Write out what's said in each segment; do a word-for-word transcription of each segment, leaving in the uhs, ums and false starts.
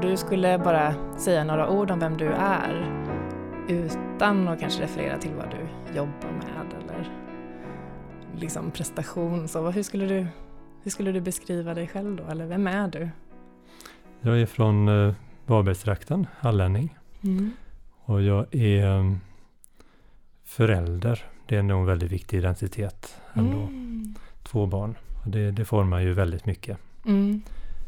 du skulle bara säga några ord om vem du är utan att kanske referera till vad du jobbar med eller liksom prestation, så hur skulle du, hur skulle du beskriva dig själv då? Eller vem är du? Jag är från uh, Varbergstrakten, hallänning. Mm. Och jag är um, förälder. Det är nog en väldigt viktig identitet ändå. Mm. Två barn. Och det, det formar ju väldigt mycket. Mm.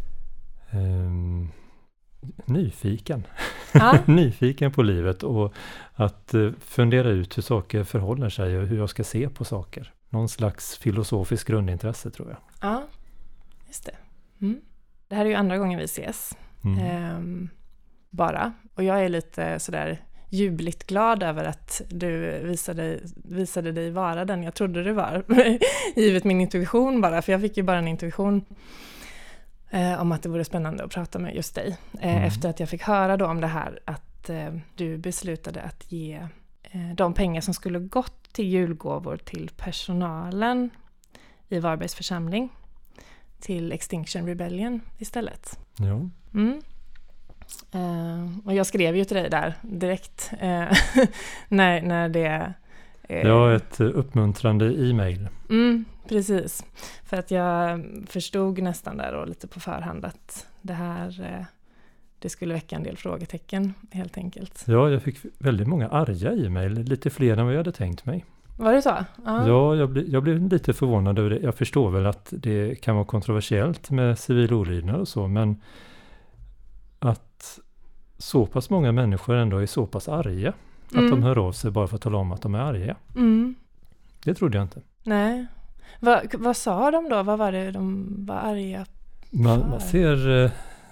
Um, nyfiken. Ah. Nyfiken på livet och att uh, fundera ut hur saker förhåller sig och hur jag ska se på saker. Någon slags filosofisk grundintresse tror jag. Ja, just det. Mm. Det här är ju andra gången vi ses. Mm. Um, bara. Och jag är lite sådär jubligt glad över att du visade, visade dig vara den jag trodde du var. Givet min intuition bara. För jag fick ju bara en intuition eh, om att det vore spännande att prata med just dig. Eh, mm. Efter att jag fick höra då om det här att eh, du beslutade att ge eh, de pengar som skulle gått till julgåvor till personalen i Varbergs församling till Extinction Rebellion istället. Ja. Mm. Uh, och jag skrev ju till dig där direkt uh, när, när det... Uh, ja, ett uppmuntrande e-mail. Mm, precis. För att jag förstod nästan där och lite på förhand att det här uh, det skulle väcka en del frågetecken helt enkelt. Ja, jag fick väldigt många arga e-mail, lite fler än vad jag hade tänkt mig. Var det så? Uh. Ja, jag, ble, jag blev lite förvånad över det. Jag förstår väl att det kan vara kontroversiellt med civil olydnad och så, men att så pass många människor ändå är så pass arga mm. att de hör av sig bara för att tala om att de är arga. Mm. Det trodde jag inte. Nej. Va, vad sa de då? Vad var det de var arga för? Man, man ser...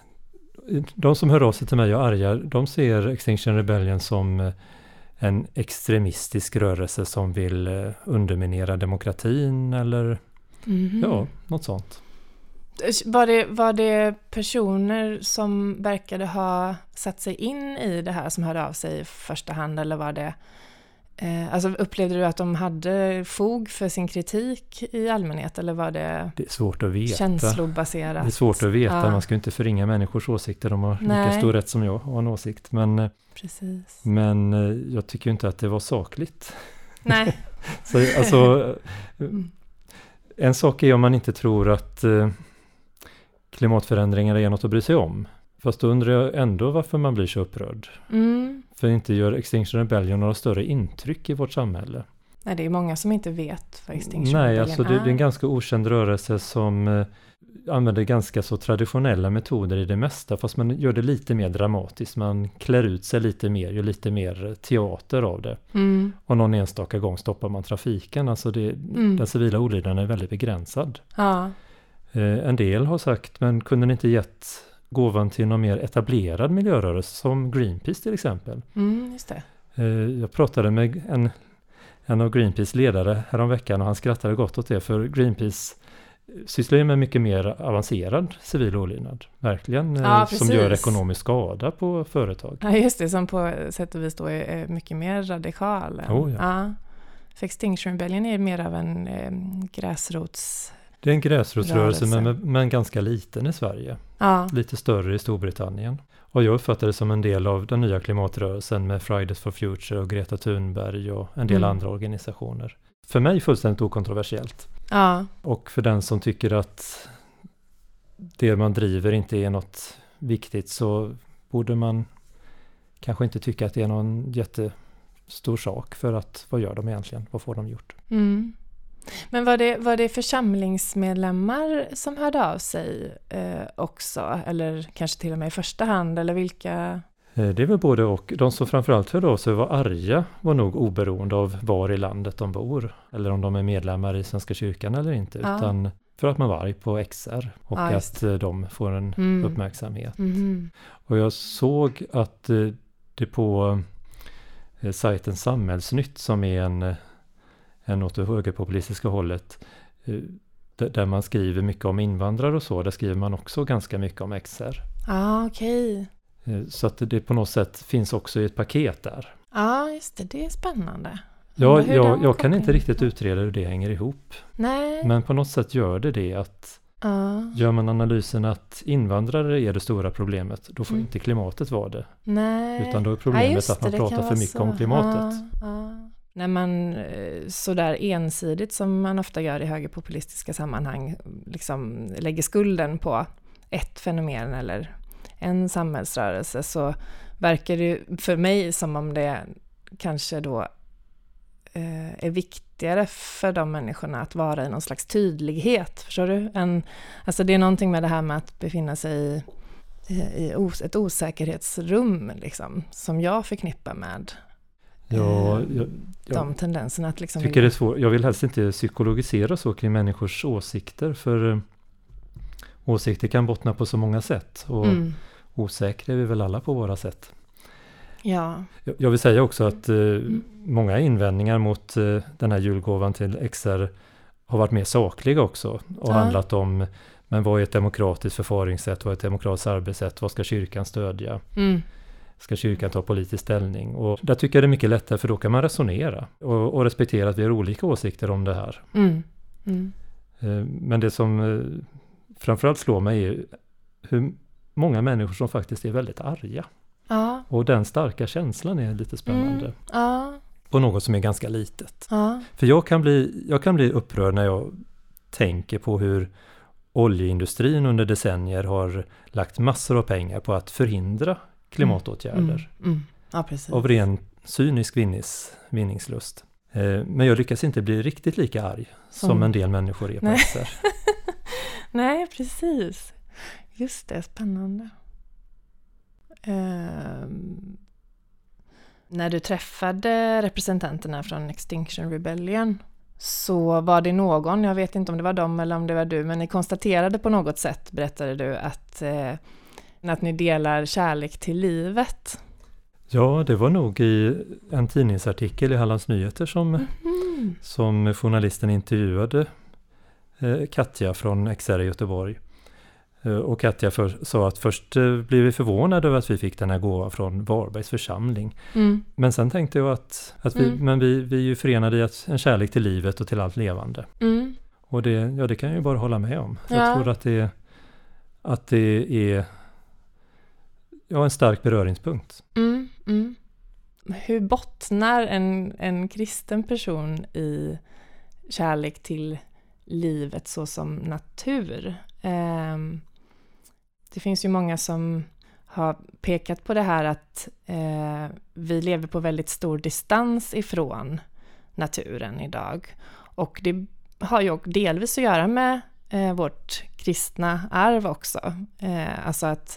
De som hör av sig till mig och är arga, de ser Extinction Rebellion som en extremistisk rörelse som vill underminera demokratin eller mm. ja, något sånt. Var det, var det personer som verkade ha satt sig in i det här som hörde av sig i första hand, eller var det eh, alltså upplevde du att de hade fog för sin kritik i allmänhet, eller var det, det är svårt att veta. Känslobaserat? Det är svårt att veta, ja. Man ska inte förringa människors åsikter, de har Nej. lika stor rätt som jag har en åsikt, men, Precis. men jag tycker inte att det var sakligt. Nej. Så, alltså, mm. en sak är om man inte tror att eh, klimatförändringar är något att bry sig om. Fast då undrar jag ändå varför man blir så upprörd. Mm. För inte gör Extinction Rebellion några större intryck i vårt samhälle. Nej, det är många som inte vet vad Extinction Nej, Rebellion alltså det, det är en ganska okänd rörelse som eh, använder ganska så traditionella metoder i det mesta. Fast man gör det lite mer dramatiskt. Man klär ut sig lite mer, gör lite mer teater av det. Mm. Och någon enstaka gång stoppar man trafiken. Alltså det, mm. den civila olydnaden är väldigt begränsad. Ja. Eh, en del har sagt, men kunde ni inte gett gåvan till någon mer etablerad miljörörelse som Greenpeace till exempel? Mm, just det. Eh, jag pratade med en, en av Greenpeace ledare häromveckan och han skrattade gott åt det, för Greenpeace sysslar med mycket mer avancerad civil olydnad. Verkligen, eh, ja, som gör ekonomisk skada på företag. Ja, just det, som på sätt och vis då är mycket mer radikal. Oh, ja. Ja. För Extinction Rebellion är mer av en eh, gräsrots... Det är en gräsrotsrörelse men, men ganska liten i Sverige. Ja. Lite större i Storbritannien. Och jag uppfattar det som en del av den nya klimatrörelsen med Fridays for Future och Greta Thunberg och en del mm. andra organisationer. För mig fullständigt okontroversiellt. Ja. Och för den som tycker att det man driver inte är något viktigt, så borde man kanske inte tycka att det är någon jättestor sak, för att vad gör de egentligen? Vad får de gjort? Mm. Men var det, var det församlingsmedlemmar som hörde av sig eh, också? Eller kanske till och med i första hand? Eller vilka? Det är väl både och. De som framförallt hörde av sig var arga var nog oberoende av var i landet de bor. Eller om de är medlemmar i Svenska kyrkan eller inte. Ja. Utan för att man var arg på X R. Och ja, att de får en mm. uppmärksamhet. Mm. Och jag såg att det på sajten Samhällsnytt, som är en... än åt det högerpopulistiska hållet, där man skriver mycket om invandrare och så, där skriver man också ganska mycket om X R. Ja, ah, okej. Okay. Så att det på något sätt finns också i ett paket där. Ja, ah, just det. Det är spännande. Ja, jag, jag kan inte riktigt utreda hur det hänger ihop. Nej. Men på något sätt gör det det att Uh. Gör man analysen att invandrare är det stora problemet, då får Mm. inte klimatet vara det. Nej. Utan då är problemet ja, att man det, pratar för mycket så. om klimatet. Uh, uh. När man sådär ensidigt som man ofta gör i högerpopulistiska sammanhang liksom lägger skulden på ett fenomen eller en samhällsrörelse, så verkar det för mig som om det kanske då eh, är viktigare för de människorna att vara i någon slags tydlighet, förstår du? En, alltså det är någonting med det här med att befinna sig i, i, i os, ett osäkerhetsrum liksom, som jag förknippar med Ja, jag, jag, de tendenserna att liksom tycker det är svårt. Jag vill helst inte psykologisera så kring människors åsikter, för åsikter kan bottna på så många sätt, och mm. osäkra är vi väl alla på våra sätt. Ja. Jag, jag vill säga också att eh, mm. många invändningar mot eh, den här julgåvan till X R har varit mer sakliga också, och ja. handlat om, men vad är ett demokratiskt förfaringssätt, vad är ett demokratiskt arbetssätt, vad ska kyrkan stödja? Mm. Ska kyrkan ta politisk ställning? Och där tycker jag det är mycket lättare, för då kan man resonera och, och respektera att vi har olika åsikter om det här. Mm. Mm. Men det som framförallt slår mig är hur många människor som faktiskt är väldigt arga. Ja. Och den starka känslan är lite spännande. Mm. Ja. På något som är ganska litet. Ja. För jag kan, bli, jag kan bli upprörd när jag tänker på hur oljeindustrin under decennier har lagt massor av pengar på att förhindra klimatåtgärder. Mm, mm. Ja, precis. Av ren cynisk vinnis, vinningslust. Eh, men jag lyckas inte bli riktigt lika arg som mm. en del människor är på X R. Nej, precis. Just det, spännande. Eh, när du träffade representanterna från Extinction Rebellion, så var det någon, jag vet inte om det var dem eller om det var du, men ni konstaterade på något sätt, berättade du, att eh, att ni delar kärlek till livet. Ja, det var nog i en tidningsartikel i Hallands Nyheter som, mm. som journalisten intervjuade eh, Katja från X R i Göteborg. Eh, och Katja för, sa att först eh, blev vi förvånade över att vi fick den här gåvan från Varbergs församling. Mm. Men sen tänkte jag att, att vi, mm. men vi, vi är ju förenade i att, en kärlek till livet och till allt levande. Mm. Och det, ja, det kan jag ju bara hålla med om. Ja. Jag tror att det, att det är Ja, en stark beröringspunkt. Mm, mm. Hur bottnar en, en kristen person i kärlek till livet så som natur? Eh, det finns ju många som har pekat på det här att eh, vi lever på väldigt stor distans ifrån naturen idag. Och det har ju delvis att göra med eh, vårt kristna arv också. Eh, alltså att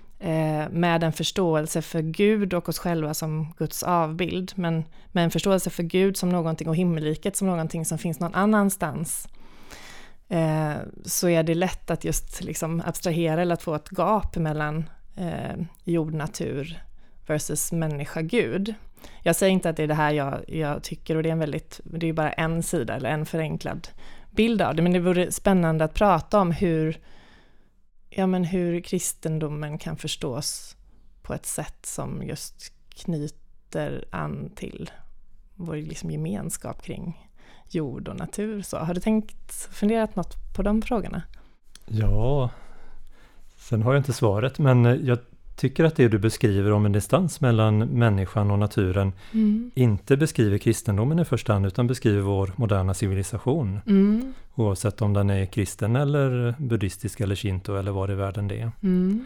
med en förståelse för Gud och oss själva som Guds avbild, men med en förståelse för Gud som någonting och himmelriket som någonting som finns någon annanstans, eh, så är det lätt att just liksom abstrahera eller att få ett gap mellan eh, jord, natur versus människa, Gud. Jag säger inte att det är det här jag, jag tycker, och det är en väldigt, det är ju bara en sida eller en förenklad bild av det, men det vore spännande att prata om hur Ja, men hur kristendomen kan förstås på ett sätt som just knyter an till vår liksom gemenskap kring jord och natur. Så har du tänkt, funderat något på de frågorna? Ja, sen har jag inte svaret, men jag tycker att det du beskriver om en distans mellan människan och naturen mm. inte beskriver kristendomen i första hand, utan beskriver vår moderna civilisation. Mm. Oavsett om den är kristen eller buddhistisk eller shinto eller vad i världen det är. Mm.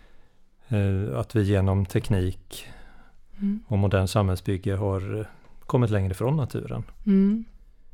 Att vi genom teknik mm. och modern samhällsbygge har kommit längre ifrån naturen. Mm.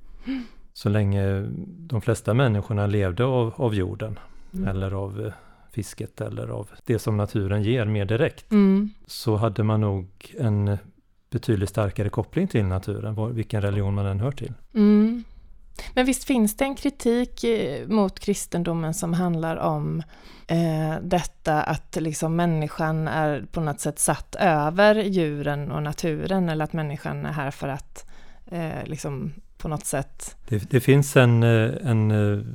Så länge de flesta människorna levde av, av jorden mm. eller av fisket eller av det som naturen ger mer direkt, mm. så hade man nog en betydligt starkare koppling till naturen, vilken religion man än hör till. Mm. Men visst finns det en kritik mot kristendomen som handlar om eh, detta att liksom människan är på något sätt satt över djuren och naturen, eller att människan är här för att eh, liksom på något sätt... Det, det finns en, en,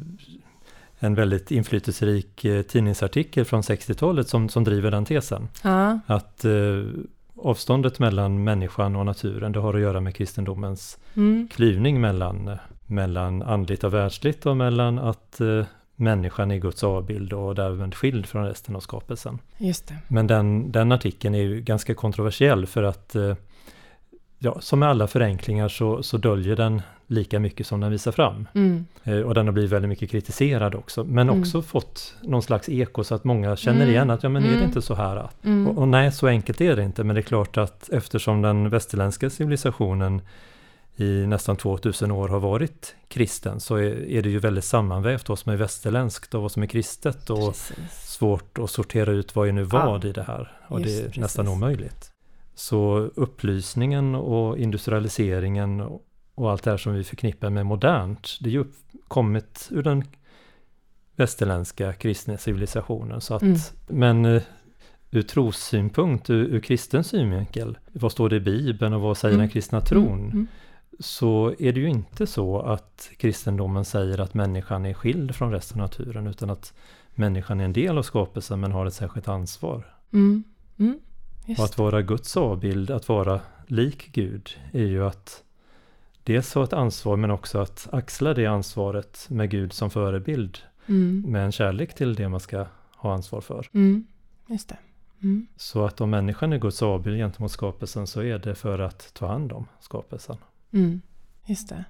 en väldigt inflytelserik tidningsartikel från sextiotalet som, som driver den tesen. Ja. Att eh, avståndet mellan människan och naturen, det har att göra med kristendomens mm. klyvning mellan, mellan andligt och världsligt och mellan att eh, människan är Guds avbild och därmed skild från resten av skapelsen. Just det. Men den, den artikeln är ju ganska kontroversiell för att ja, som med alla förenklingar så, så döljer den lika mycket som den visar fram. Mm. Och den har blivit väldigt mycket kritiserad också. Men mm. också fått någon slags eko så att många känner mm. igen att ja men mm. är det inte så här att? Mm. Och, och nej, så enkelt är det inte. Men det är klart att eftersom den västerländska civilisationen i nästan tvåtusen år har varit kristen så är, är det ju väldigt sammanvävt vad som är västerländskt och vad som är kristet och precis. Svårt att sortera ut vad är nu vad ja. I det här. Och just, det är precis. Nästan omöjligt. Så upplysningen och industrialiseringen och, och allt det här som vi förknippar med modernt, det är ju kommit ur den västerländska kristna civilisationen. Så att, mm. Men uh, ur trossynpunkt, ur, ur kristen synvinkel, vad står det i Bibeln och vad säger mm. den kristna tron? Mm. Mm. Så är det ju inte så att kristendomen säger att människan är skild från resten av naturen, utan att människan är en del av skapelsen men har ett särskilt ansvar. Mm. Mm. Och att vara Guds avbild, att vara lik Gud, är ju att dels ha ett ansvar men också att axla det ansvaret med Gud som förebild. Mm. Med en kärlek till det man ska ha ansvar för. Mm. Just det. Mm. Så att om människan är Guds avbild gentemot skapelsen så är det för att ta hand om skapelsen. Mm. Just det.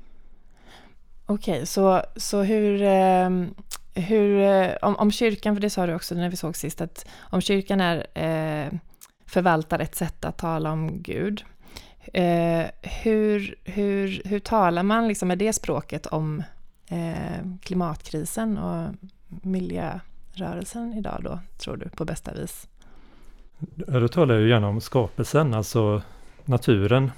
Okej, okay, så, så hur... Eh, hur om, om kyrkan, för det sa du också när vi såg sist, att om kyrkan är... Eh, förvaltar ett sätt att tala om Gud. Eh, hur, hur, hur talar man liksom med det språket om eh, klimatkrisen och miljörörelsen idag då, tror du, på bästa vis? Ja, då talar jag gärna om skapelsen, alltså naturen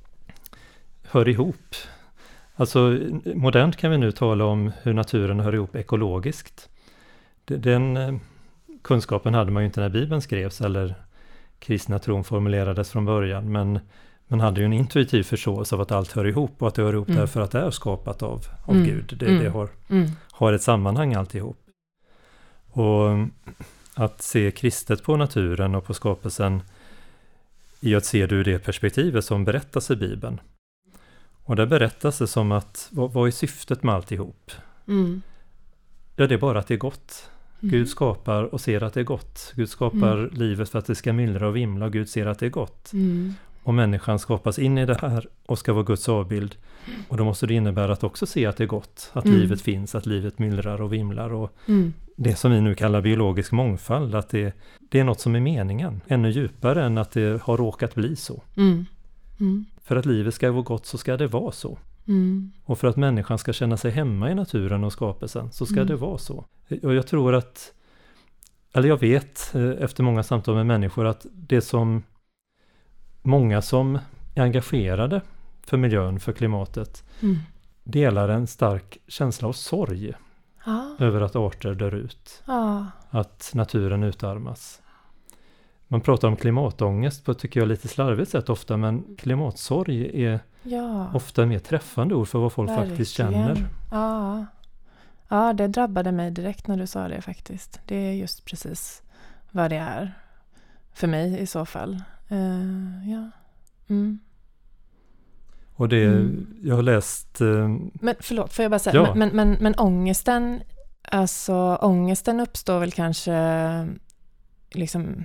hör ihop. Alltså modernt kan vi nu tala om hur naturen hör ihop ekologiskt. Den kunskapen hade man ju inte när Bibeln skrevs eller kristna tron formulerades från början, men man hade ju en intuitiv förståelse av att allt hör ihop och att det hör ihop mm. därför att det är skapat av, av mm. Gud. Det, mm. det har, mm. har ett sammanhang alltihop. Och att se kristet på naturen och på skapelsen i att se det ur det perspektivet som berättas i Bibeln. Och där berättas det som att, vad, vad är syftet med alltihop? Mm. Ja, det är bara att det är gott. Mm. Gud skapar och ser att det är gott. Gud skapar mm. livet för att det ska myllra och vimla och Gud ser att det är gott. Mm. Och människan skapas in i det här och ska vara Guds avbild. Och då måste det innebära att också se att det är gott. Att mm. livet finns, att livet myllrar och vimlar. Och mm. det som vi nu kallar biologisk mångfald, att det, det är något som är meningen. Ännu djupare än att det har råkat bli så. Mm. Mm. För att livet ska vara gott så ska det vara så. Mm. Och för att människan ska känna sig hemma i naturen och skapelsen så ska mm. det vara så. Och jag tror att, eller jag vet efter många samtal med människor att det som många som är engagerade för miljön, för klimatet mm. delar en stark känsla av sorg ah. över att arter dör ut. Ah. Att naturen utarmas. Man pratar om klimatångest på, tycker jag, lite slarvigt sätt ofta, men klimatsorg är ja. ofta mer träffande ord för vad folk verkligen faktiskt känner. Ja. ja, det drabbade mig direkt när du sa det faktiskt. Det är just precis vad det är för mig i så fall. Uh, ja. Mm. Och det, mm. jag har läst... Uh, men förlåt, får jag bara säga, ja. men, men, men, men ångesten, alltså ångesten uppstår väl kanske liksom...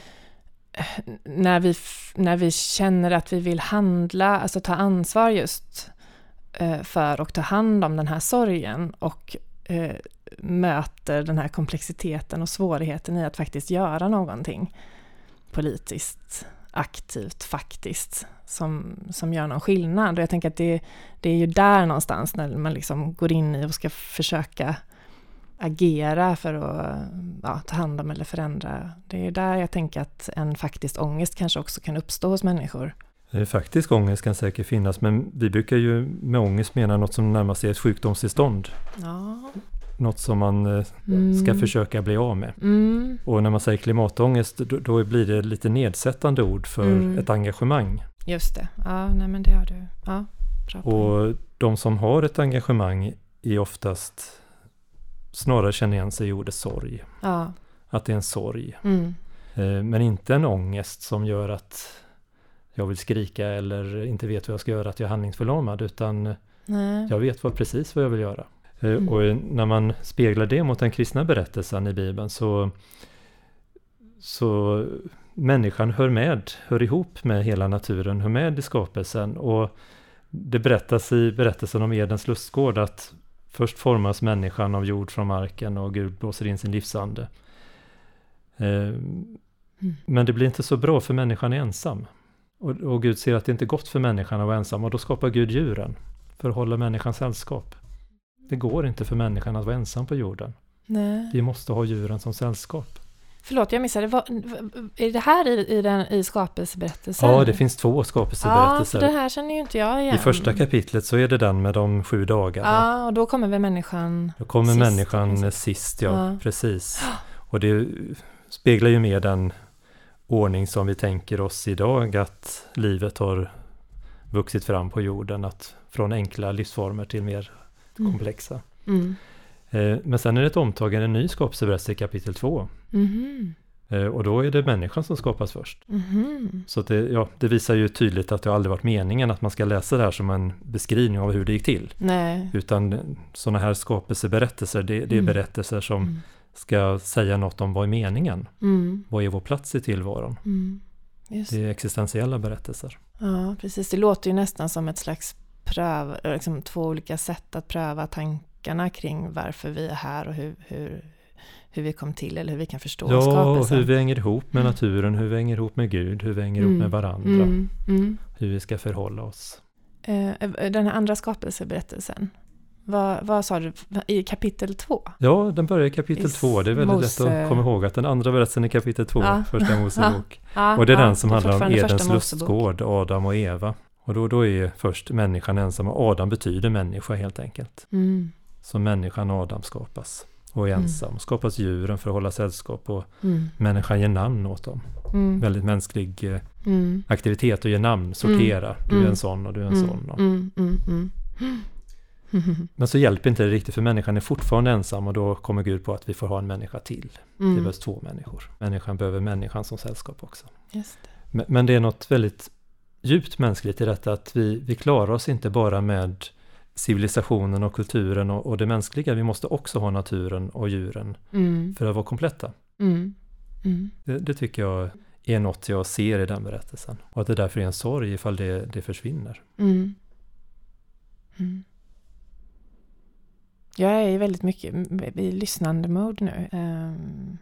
När vi, när vi känner att vi vill handla, alltså ta ansvar just eh, för och ta hand om den här sorgen och eh, möter den här komplexiteten och svårigheten i att faktiskt göra någonting politiskt, aktivt, faktiskt som, som gör någon skillnad. Och jag tänker att det, det är ju där någonstans när man liksom går in i och ska försöka agera för att ja, ta hand om eller förändra. Det är där jag tänker att en faktisk ångest kanske också kan uppstå hos människor. Faktisk ångest kan säkert finnas, men vi brukar ju med ångest mena något som närmast är ett sjukdomstillstånd. Ja. Något som man mm. ska försöka bli av med. Mm. Och när man säger klimatångest, då, då blir det lite nedsättande ord för mm. ett engagemang. Just det. Ja, nej men det har du. Ja, bra. Och de som har ett engagemang är oftast snarare känner igen sig i ordet sorg. Ja. Att det är en sorg. Mm. Eh, men inte en ångest som gör att jag vill skrika eller inte vet vad jag ska göra, att jag är handlingsförlamad, utan nej. Jag vet vad, precis vad jag vill göra. Mm. Och när man speglar det mot den kristna berättelsen i Bibeln så, så människan hör med, hör ihop med hela naturen, hör med i skapelsen. Och det berättas i berättelsen om Edens lustgård att först formas människan av jord från marken och Gud blåser in sin livsande. Eh, mm. Men det blir inte så bra för människan är ensam. Och, och Gud ser att det inte är gott för människan att vara ensam och då skapar Gud djuren för att hålla människans sällskap. Det går inte för människan att vara ensam på jorden. Nej. Vi måste ha djuren som sällskap. Förlåt, jag missade. Vad, är det här i, i, den, i skapelseberättelsen? Ja, det finns två skapelseberättelser. Ja, för det här känner ju inte jag igen. I första kapitlet så är det den med de sju dagarna. Ja, och då kommer väl människan Då kommer sist, människan precis. sist, ja, ja. precis. Och det speglar ju mer den ordning som vi tänker oss idag, att livet har vuxit fram på jorden, att från enkla livsformer till mer mm. komplexa. Mm. Eh, men sen är det ett omtag i en ny skapelseberättelse i kapitel två. Mm. Eh, och då är det människan som skapas först. Mm. Så att det, ja, det visar ju tydligt att det aldrig varit meningen att man ska läsa det här som en beskrivning av hur det gick till. Nej. Utan sådana här skapelseberättelser, det, det är Mm. berättelser som Mm. ska säga något om vad är meningen. Mm. Vad är vår plats i tillvaron? Mm. Just. Det är existentiella berättelser. Ja, precis. Det låter ju nästan som ett slags pröv, liksom två olika sätt att pröva tankarna kring varför vi är här och hur, hur, hur vi kom till eller hur vi kan förstå ja, skapelsen. Ja, hur vi hänger ihop med mm. naturen, hur vi hänger ihop med Gud, hur vi hänger mm. ihop med varandra. Mm. Mm. Hur vi ska förhålla oss. Eh, den här andra skapelseberättelsen, vad, vad sa du i kapitel två? Ja, den börjar i kapitel I två. Det är väldigt Mose... lätt att komma ihåg att den andra berättelsen är kapitel två, ja. första Mosebok. ja, och det är ja, den som det är handlar om Edens lustgård, Adam och Eva. Och då, då är först människan ensam och Adam betyder människa helt enkelt. Mm. Så människan och Adam skapas och är ensam. Mm. Skapas djuren för att hålla sällskap och mm. människan ger namn åt dem. Mm. Väldigt mänsklig eh, mm. aktivitet att ge namn, sortera. Mm. Du är en sån och du är en mm. sån. Och. Mm. Mm. Mm. Mm. Men så hjälper inte det riktigt för människan är fortfarande ensam och då kommer Gud på att vi får ha en människa till. Mm. Det behövs två människor. Människan behöver människan som sällskap också. Just det. Men, men det är något väldigt djupt mänskligt i detta att vi, vi klarar oss inte bara med civilisationen och kulturen och, och det mänskliga. Vi måste också ha naturen och djuren mm. för att vara kompletta. Mm. Mm. Det, det tycker jag är något jag ser i den berättelsen. Och att det därför är en sorg ifall det, det försvinner. Mm. Mm. Jag är väldigt mycket i lyssnande mode nu. Um.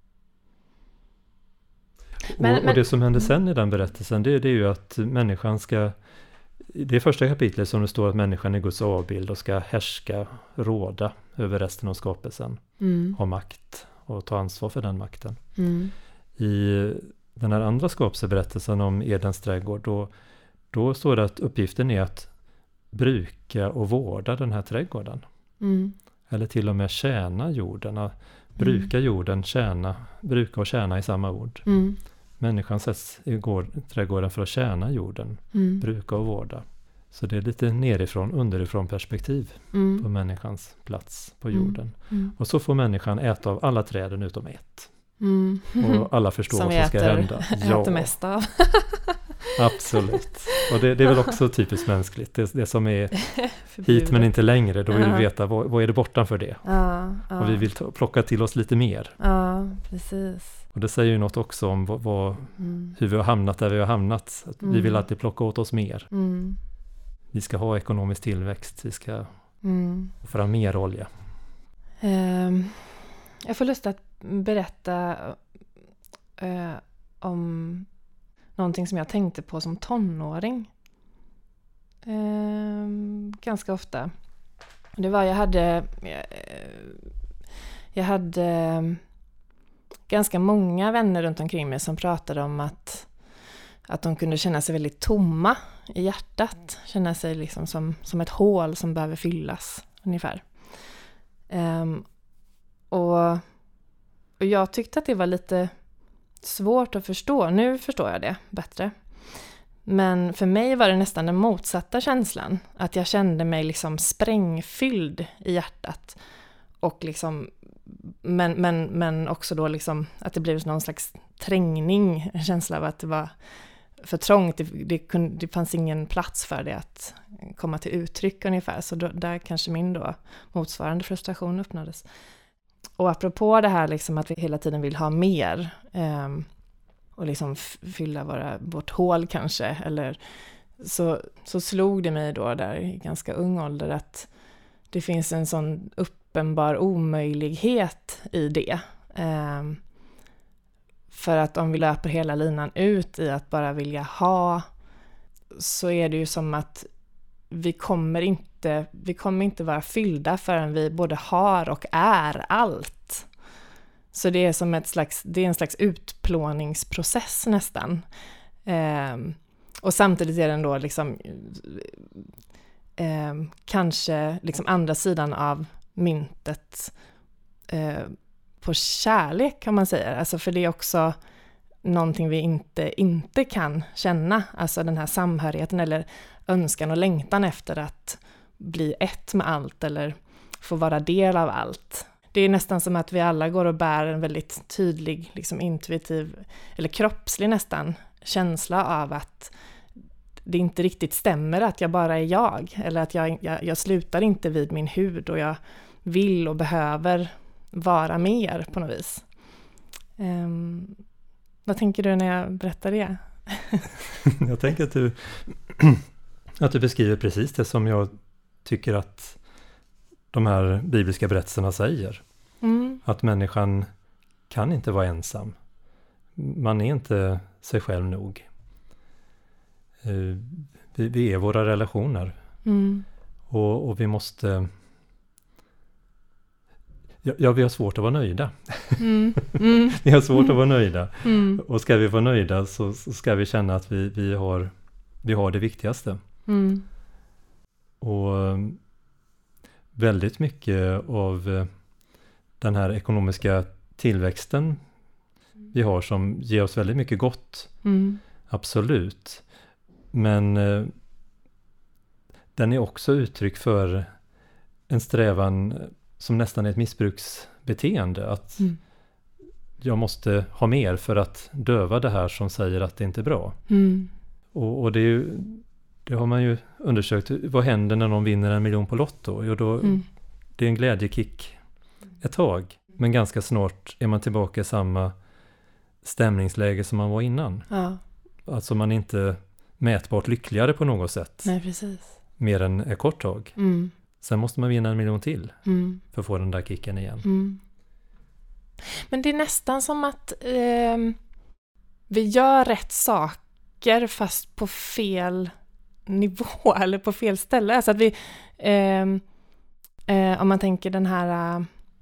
Men, och, men, och det som händer sen i den berättelsen det, det är ju att människan ska, det är första kapitlet som det står att människan är Guds avbild och ska härska, råda över resten av skapelsen. Mm. Ha makt och ta ansvar för den makten. Mm. I den här andra skapelseberättelsen om Edens trädgård då, då står det att uppgiften är att bruka och vårda den här trädgården. Mm. Eller till och med tjäna jorden. Bruka jorden, tjäna, bruka och tjäna i samma ord. Mm. Människan sätts i gård, trädgården för att tjäna jorden. Mm. Bruka och vårda. Så det är lite nerifrån, underifrån perspektiv mm. på människans plats på jorden. Mm. Mm. Och så får människan äta av alla träden utom ett. Mm. Och alla förstår vad som ska äter, hända. Ja, äter mest av. Absolut. Och det, det är väl också typiskt mänskligt. Det, det som är hit men inte längre. Då vill vi veta vad, vad är det bortanför det. Ja, ja. Och vi vill ta, plocka till oss lite mer. Ja, precis. Och det säger ju något också om vad, vad, mm. hur vi har hamnat där vi har hamnat. Att mm. Vi vill alltid plocka åt oss mer. Mm. Vi ska ha ekonomisk tillväxt. Vi ska mm. få fram mer olja. Um, jag får lust att berätta uh, om någonting som jag tänkte på som tonåring. Uh, ganska ofta. Det var, jag hade uh, jag hade ganska många vänner runt omkring mig som pratade om att att de kunde känna sig väldigt tomma i hjärtat. Känna sig liksom som, som ett hål som behöver fyllas ungefär. Um, och, och jag tyckte att det var lite svårt att förstå. Nu förstår jag det bättre. Men för mig var det nästan den motsatta känslan. Att jag kände mig liksom sprängfylld i hjärtat. Och liksom, men, men, men också då liksom att det blev någon slags trängning. En känsla av att det var för trångt. Det, det, kunde, det fanns ingen plats för det att komma till uttryck ungefär. Så då, där kanske min då motsvarande frustration öppnades. Och apropå det här liksom att vi hela tiden vill ha mer eh, och liksom fylla våra, vårt hål kanske. Eller, så, så slog det mig då där i ganska ung ålder att det finns en sån uppenbar omöjlighet i det. Eh, för att om vi löper hela linan ut i att bara vilja ha, så är det ju som att vi kommer inte, vi kommer inte vara fyllda förrän vi både har och är allt. Så det är som ett slags, det är en slags utplåningsprocess nästan. Eh, och samtidigt är den då liksom eh, kanske liksom andra sidan av myntet eh, på kärlek kan man säga. Alltså för det är också någonting vi inte, inte kan känna. Alltså den här samhörigheten eller önskan och längtan efter att bli ett med allt eller få vara del av allt. Det är nästan som att vi alla går och bär en väldigt tydlig, liksom intuitiv eller kroppslig nästan känsla av att det inte riktigt stämmer att jag bara är jag. Eller att jag, jag, jag slutar inte vid min hud och jag vill och behöver vara mer på något vis. Um, vad tänker du när jag berättar det? Jag tänker att du, att du beskriver precis det som jag tycker att de här bibliska berättelserna säger. Mm. Att människan kan inte vara ensam. Man är inte sig själv nog. Vi, vi är våra relationer. Mm. Och, och vi måste... Ja, vi har svårt att vara nöjda. Mm. Mm. Vi har svårt att vara nöjda. Mm. Och ska vi vara nöjda så, så ska vi känna att vi, vi, har, vi har det viktigaste. Mm. Och väldigt mycket av den här ekonomiska tillväxten vi har som ger oss väldigt mycket gott. Mm. Absolut. Men eh, den är också uttryck för en strävan som nästan är ett missbruksbeteende. Att mm. jag måste ha mer för att döva det här som säger att det inte är bra. Mm. Och, och det, är ju, det har man ju undersökt. Vad händer när någon vinner en miljon på Lotto? Jo, då, mm. det är en glädjekick ett tag. Men ganska snart är man tillbaka i samma stämningsläge som man var innan. Ja. Alltså man är inte mätbart lyckligare på något sätt. Nej, precis. Mer än ett kort tag. Mm. Sen måste man vinna en miljon till mm. för att få den där kicken igen. Mm. Men det är nästan som att eh, vi gör rätt saker fast på fel nivå eller på fel ställe. Alltså att vi, eh, eh, om man tänker den här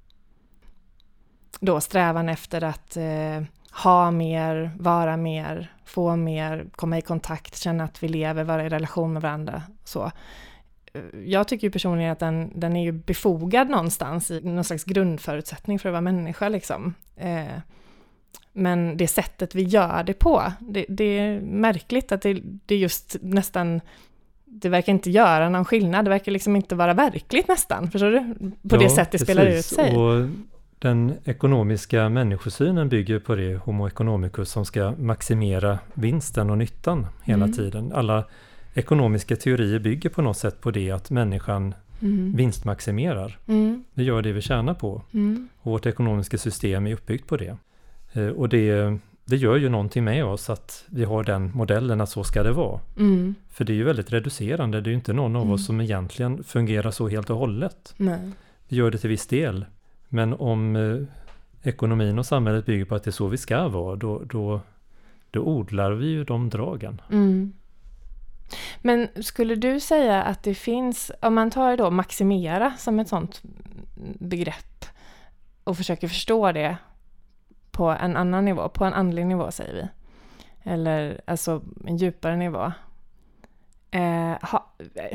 då strävan efter att eh, ha mer, vara mer, få mer, komma i kontakt, känna att vi lever, vara i relation med varandra. Så. Jag tycker ju personligen att den, den är ju befogad någonstans i någon slags grundförutsättning för att vara människa. Liksom. Eh, men det sättet vi gör det på, det, det är märkligt att det, det just nästan, det verkar inte göra någon skillnad. Det verkar liksom inte vara verkligt nästan, förstår du? På ja, det sätt det spelar precis. Ut sig. Och den ekonomiska människosynen bygger på det homo economicus som ska maximera vinsten och nyttan hela mm. tiden. Alla ekonomiska teorier bygger på något sätt på det att människan mm. vinstmaximerar. Mm. Vi gör det vi tjänar på. Mm. Och vårt ekonomiska system är uppbyggt på det. Eh, och det, det gör ju någonting med oss att vi har den modellen att så ska det vara. Mm. För det är ju väldigt reducerande. Det är ju inte någon av mm. oss som egentligen fungerar så helt och hållet. Nej. Vi gör det till viss del. Men om eh, ekonomin och samhället bygger på att det är så vi ska vara, då, då, då odlar vi ju de dragen. Mm. Men skulle du säga att det finns, om man tar då maximera som ett sånt begrepp och försöker förstå det på en annan nivå, på en andlig nivå säger vi, eller alltså en djupare nivå. Eh, ha,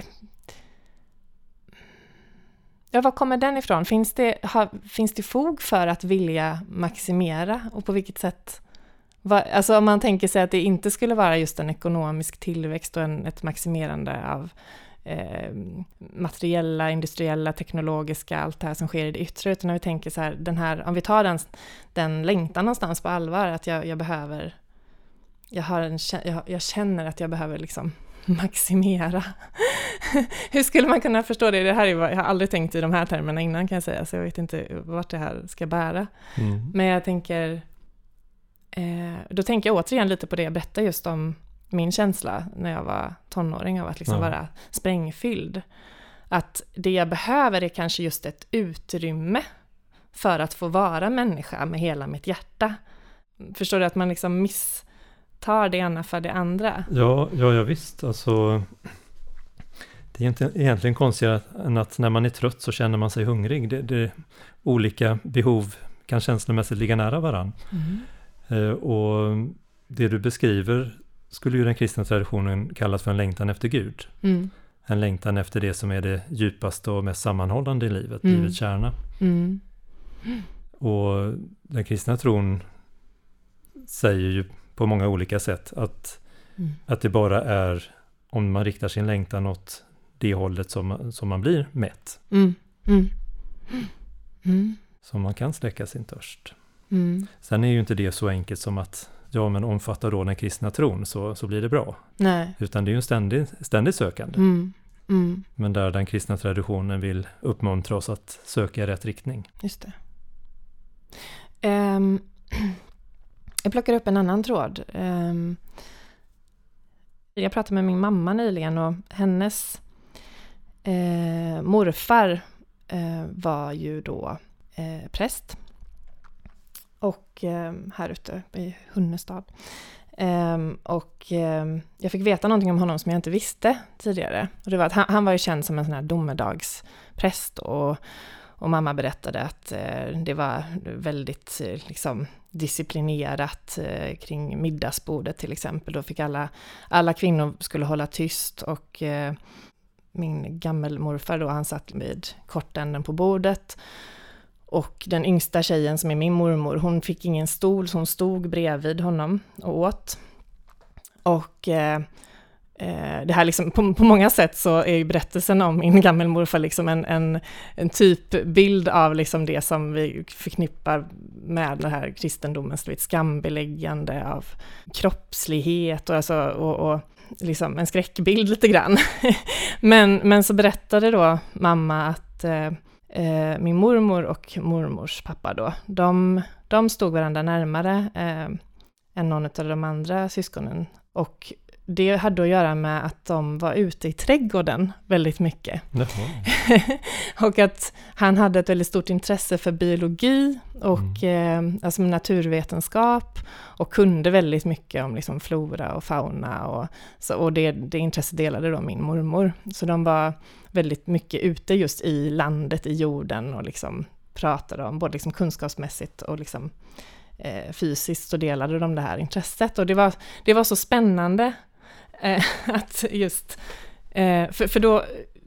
ja, var kommer den ifrån? Finns det, ha, finns det fog för att vilja maximera och på vilket sätt? Alltså om man tänker sig att det inte skulle vara just en ekonomisk tillväxt och en, ett maximerande av eh, materiella, industriella, teknologiska, allt det här som sker i det yttre, utan när vi tänker så här, den här, om vi tar den, den längtan någonstans på allvar, att jag, jag behöver jag, har en, jag, jag känner att jag behöver liksom maximera. Hur skulle man kunna förstå det? Det här är, jag har aldrig tänkt i de här termerna innan, kan jag säga, så jag vet inte vart det här ska bära. Mm. Men jag tänker, eh, då tänker jag återigen lite på det jag berättade just om min känsla när jag var tonåring av att liksom ja. vara sprängfylld. Att det jag behöver är kanske just ett utrymme för att få vara människa med hela mitt hjärta. Förstår du att man liksom misstar det ena för det andra? Ja, ja, ja visst. Alltså, det är inte egentligen konstigt än att när man är trött så känner man sig hungrig. Det, det, olika behov kan känslomässigt ligga nära varann. Mm. Eh, och det du beskriver skulle ju den kristna traditionen kallas för en längtan efter Gud. Mm. En längtan efter det som är det djupaste och mest sammanhållande i livet, mm. livets kärna. Mm. Och den kristna tron säger ju på många olika sätt att, mm. att det bara är om man riktar sin längtan åt det hållet som, som man blir mätt. Mm. Mm. Mm. Som man kan släcka sin törst. Mm. Sen är ju inte det så enkelt som att ja, men omfattar då den kristna tron så, så blir det bra. Nej. Utan det är ju en ständig, ständig sökande. Mm. Mm. Men där den kristna traditionen vill uppmuntra oss att söka i rätt riktning. Just det. Um, jag plockar upp en annan tråd. Um, jag pratade med min mamma nyligen och hennes uh, morfar uh, var ju då uh, präst. Och uh, här ute i Hunnestad. Um, och um, jag fick veta någonting om honom som jag inte visste tidigare. Och det var att han, han var ju känd som en sån här domedagspräst och, och mamma berättade att uh, det var väldigt uh, liksom disciplinerat uh, kring middagsbordet till exempel. Då fick alla, alla kvinnor skulle hålla tyst och uh, min gammelmorfar då, han satt vid kortänden på bordet. Och den yngsta tjejen som är min mormor, hon fick ingen stol så hon stod bredvid honom och åt. Och eh, det här liksom, på, på många sätt så är ju berättelsen om min gammelmorfar liksom en, en, en typbild av liksom det som vi förknippar med den här kristendomens skambeläggande av kroppslighet och, alltså, och, och liksom en skräckbild lite grann. men, men så berättade då mamma att eh, Eh, min mormor och mormors pappa då, de, de stod varandra närmare eh, än någon av de andra syskonen. Och det hade att göra med att de var ute i trädgården väldigt mycket. Och att han hade ett väldigt stort intresse för biologi och mm. eh, alltså naturvetenskap och kunde väldigt mycket om liksom flora och fauna. Och, så, och det, det intresset delade då min mormor. Så de var väldigt mycket ute just i landet, i jorden och liksom pratade om både liksom kunskapsmässigt och liksom eh, fysiskt så delade de det här intresset. Och det var, det var så spännande eh, att just, eh, för, för då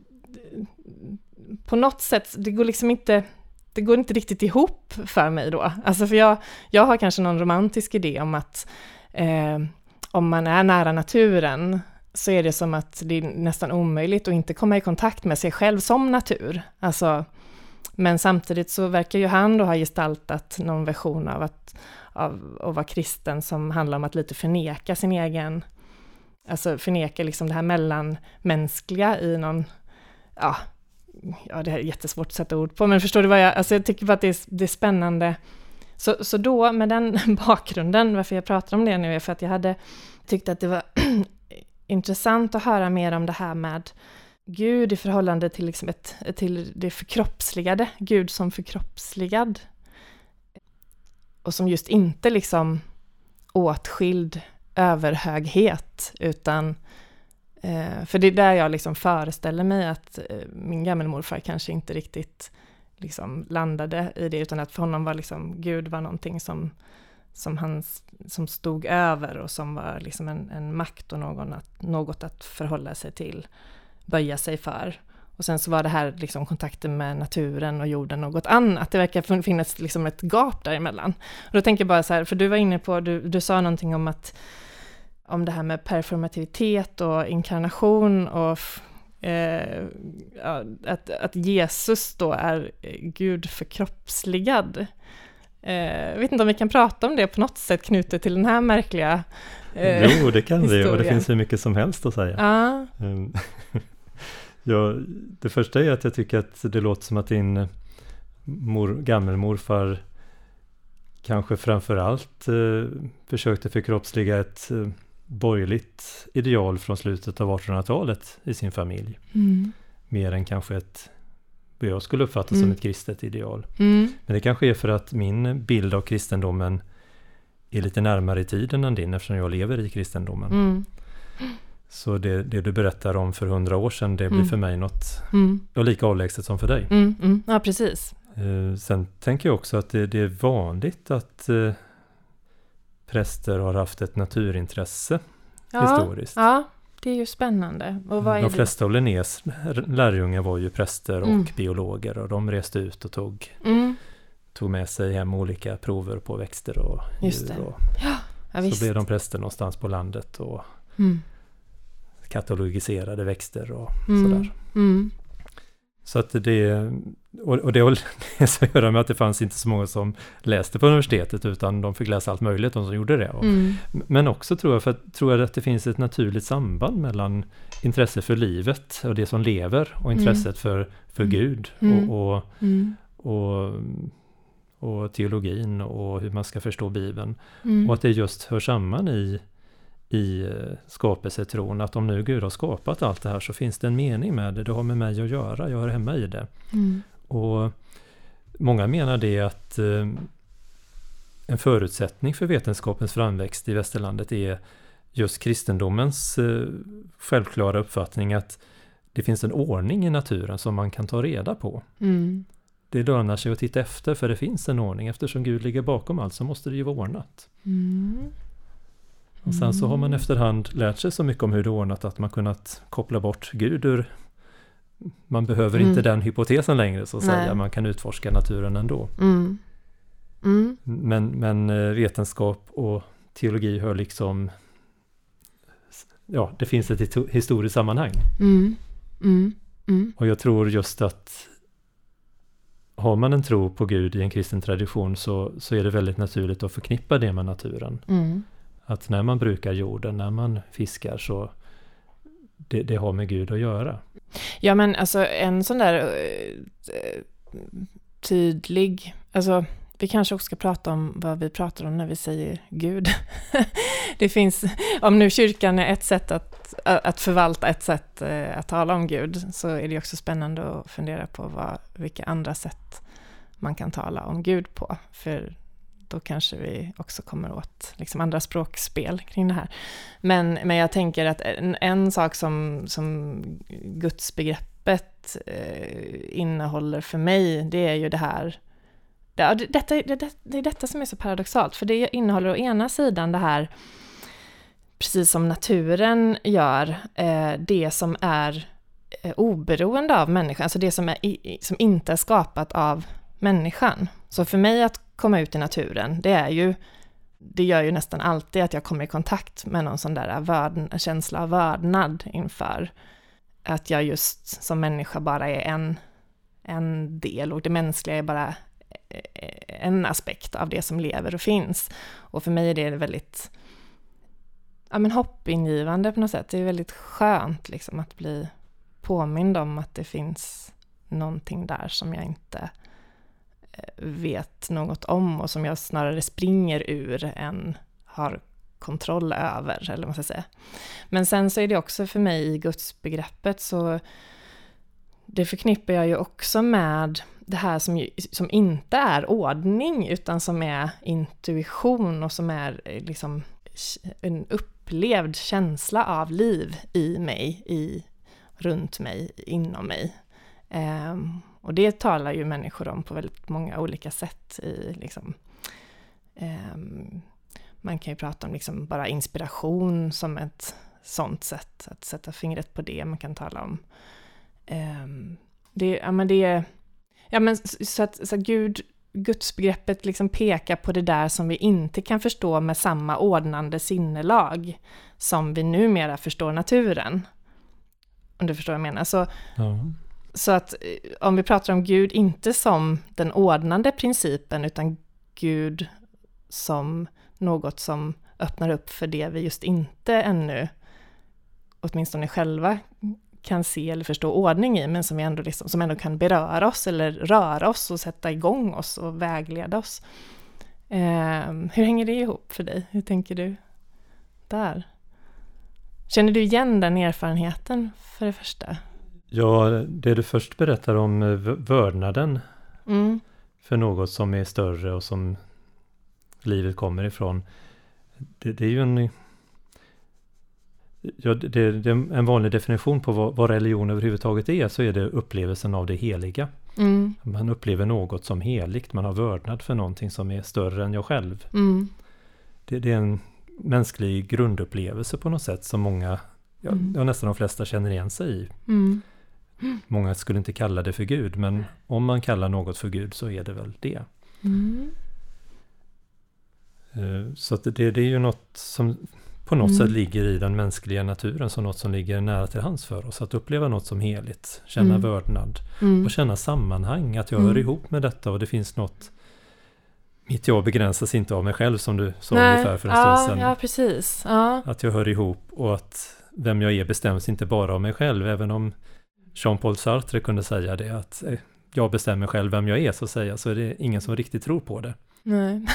på något sätt, det går liksom inte, det går inte riktigt ihop för mig då. Alltså för jag, jag har kanske någon romantisk idé om att eh, om man är nära naturen så är det som att det är nästan omöjligt att inte komma i kontakt med sig själv som natur. Alltså, men samtidigt så verkar ju han då ha gestaltat någon version av att, av att vara kristen som handlar om att lite förneka sin egen, alltså förneka liksom det här mellanmänskliga i någon, ja, ja det här är jättesvårt att sätta ord på, men förstår du vad jag, alltså jag tycker bara att det är, det är spännande. Så, så då med den bakgrunden, varför jag pratar om det nu är för att jag hade tyckt att det var intressant att höra mer om det här med Gud i förhållande till, liksom ett, till det förkroppsligade, Gud som förkroppsligad och som just inte liksom åtskild överhöghet utan eh, för det är där jag liksom föreställer mig att eh, min gammelmorfar kanske inte riktigt liksom landade i det utan att för honom var liksom Gud var någonting som som han som stod över och som var liksom en, en makt och någon att, något att förhålla sig till, böja sig för. Och sen så var det här liksom kontakten med naturen och jorden något annat. Det verkar finnas liksom ett gap däremellan. Och då tänker jag bara så här, för du var inne på, du, du sa någonting om att om det här med performativitet och inkarnation och eh, att, att Jesus då är Gud förkroppsligad. Jag vet inte om vi kan prata om det på något sätt knutet till den här märkliga eh, Jo, det kan vi, och det finns hur mycket som helst att säga. Ja. Ja, det första är att jag tycker att det låter som att din mor, gammelmorfar kanske framförallt eh, försökte förkroppsliga ett eh, borgerligt ideal från slutet av artonhundratalet i sin familj. Mm. Mer än kanske ett, vad jag skulle uppfatta mm. som ett kristet ideal. Mm. Men det kanske är för att min bild av kristendomen är lite närmare i tiden än din, eftersom jag lever i kristendomen. Mm. Så det, det du berättar om för hundra år sedan, det blir mm. för mig något mm. lika avlägset som för dig. Mm. Mm. Ja, precis. Eh, sen tänker jag också att det, det är vanligt att eh, präster har haft ett naturintresse ja, historiskt. Ja, det är ju spännande. Och vad är de det? flesta av Linnés lärjungar var ju präster och mm. biologer, och de reste ut och tog, mm. tog med sig hem olika prover på växter och Just djur. Det. Och ja, ja, så visst. blev de präster någonstans på landet och mm. katalogiserade växter och mm. sådär. Mm. Så att det, och, och det har att göra med att det fanns inte så många som läste på universitetet, utan de fick läsa allt möjligt, de som gjorde det. Och, mm. Men också tror jag, för att, tror jag att det finns ett naturligt samband mellan intresse för livet och det som lever och intresset mm. för, för mm. Gud mm. och, och, mm. och, och teologin och hur man ska förstå Bibeln. Mm. Och att det just hör samman i i skapelsetron, att om nu Gud har skapat allt det här så finns det en mening med det, det har med mig att göra, jag hör hemma i det. Mm. Och många menar det att eh, en förutsättning för vetenskapens framväxt i västerlandet är just kristendomens eh, självklara uppfattning att det finns en ordning i naturen som man kan ta reda på. Mm. Det lönar sig att titta efter, för det finns en ordning, eftersom Gud ligger bakom allt så måste det ju vara ordnat. Mm. Och sen så har man efterhand lärt sig så mycket om hur det är ordnat att man kunnat koppla bort Gud ur, man behöver mm. inte den hypotesen längre så att Nej. säga, man kan utforska naturen ändå. Mm. Mm. Men, men vetenskap och teologi hör liksom, ja, det finns ett historiskt sammanhang. Mm. Mm. Mm. Och jag tror just att har man en tro på Gud i en kristen tradition så, så är det väldigt naturligt att förknippa det med naturen. Mm. Att när man brukar jorden, när man fiskar, så det, det har med Gud att göra. Ja, men alltså en sån där uh, tydlig, alltså vi kanske också ska prata om vad vi pratar om när vi säger Gud. Det finns, om nu kyrkan är ett sätt att, att förvalta ett sätt uh, att tala om Gud, så är det också spännande att fundera på vad, vilka andra sätt man kan tala om Gud på. För då kanske vi också kommer åt liksom andra språkspel kring det här. Men, men jag tänker att en, en sak som, som gudsbegreppet eh, innehåller för mig, det är ju det här. Det, det, detta, det, det är detta som är så paradoxalt. För det innehåller å ena sidan det här, precis som naturen gör, eh, det som är eh, oberoende av människan. Alltså det som, är i, som inte är skapat av människan. Så för mig att komma ut i naturen, det är ju, det gör ju nästan alltid att jag kommer i kontakt med någon sån där vörd, känsla av vördnad inför att jag just som människa bara är en, en del, och det mänskliga är bara en aspekt av det som lever och finns. Och för mig är det väldigt ja, men hoppingivande på något sätt. Det är väldigt skönt liksom, att bli påmind om att det finns någonting där som jag inte vet något om och som jag snarare springer ur än har kontroll över, eller vad man ska säga. Men sen så är det också för mig i gudsbegreppet, så det förknippar jag ju också med det här som, ju, som inte är ordning utan som är intuition och som är liksom en upplevd känsla av liv i mig, i, runt mig, inom mig. Um, och det talar ju människor om på väldigt många olika sätt. I, liksom, um, man kan ju prata om liksom bara inspiration som ett sånt sätt, att sätta fingret på det. Man kan tala om um, det, ja, men det, ja, men så att, så att Gud, gudsbegreppet liksom pekar på det där som vi inte kan förstå med samma ordnande sinnelag som vi numera förstår naturen. Om du förstår vad jag menar. Så, ja. Så att om vi pratar om Gud inte som den ordnande principen utan Gud som något som öppnar upp för det vi just inte ännu, åtminstone själva, kan se eller förstå ordning i, men som, vi ändå liksom, som ändå kan beröra oss eller röra oss och sätta igång oss och vägleda oss. Eh, hur hänger det ihop för dig? Hur tänker du där? Känner du igen den erfarenheten för det första? Ja, det du först berättar om vördnaden mm. för något som är större och som livet kommer ifrån. Det, det är ju en, ja, det, det är en vanlig definition på vad, vad religion överhuvudtaget är, så är det upplevelsen av det heliga. Mm. Man upplever något som heligt, man har vördnad för någonting som är större än jag själv. Mm. Det, det är en mänsklig grundupplevelse på något sätt som många, ja, mm. ja, nästan de flesta känner igen sig i. Mm. Många skulle inte kalla det för Gud, men om man kallar något för Gud så är det väl det. Mm. Så att det, det är ju något som på något mm. sätt ligger i den mänskliga naturen, som något som ligger nära till hands för oss. Att uppleva något som heligt, känna mm. vördnad mm. och känna sammanhang, att jag mm. hör ihop med detta och det finns något. Mitt jag begränsas inte av mig själv, som du sa Nej. ungefär för en ja, stund sedan. Ja, precis. Ja. Att jag hör ihop och att vem jag är bestäms inte bara av mig själv, även om Jean-Paul Sartre kunde säga det, att jag bestämmer själv vem jag är, så säga, så är det ingen som riktigt tror på det. Nej.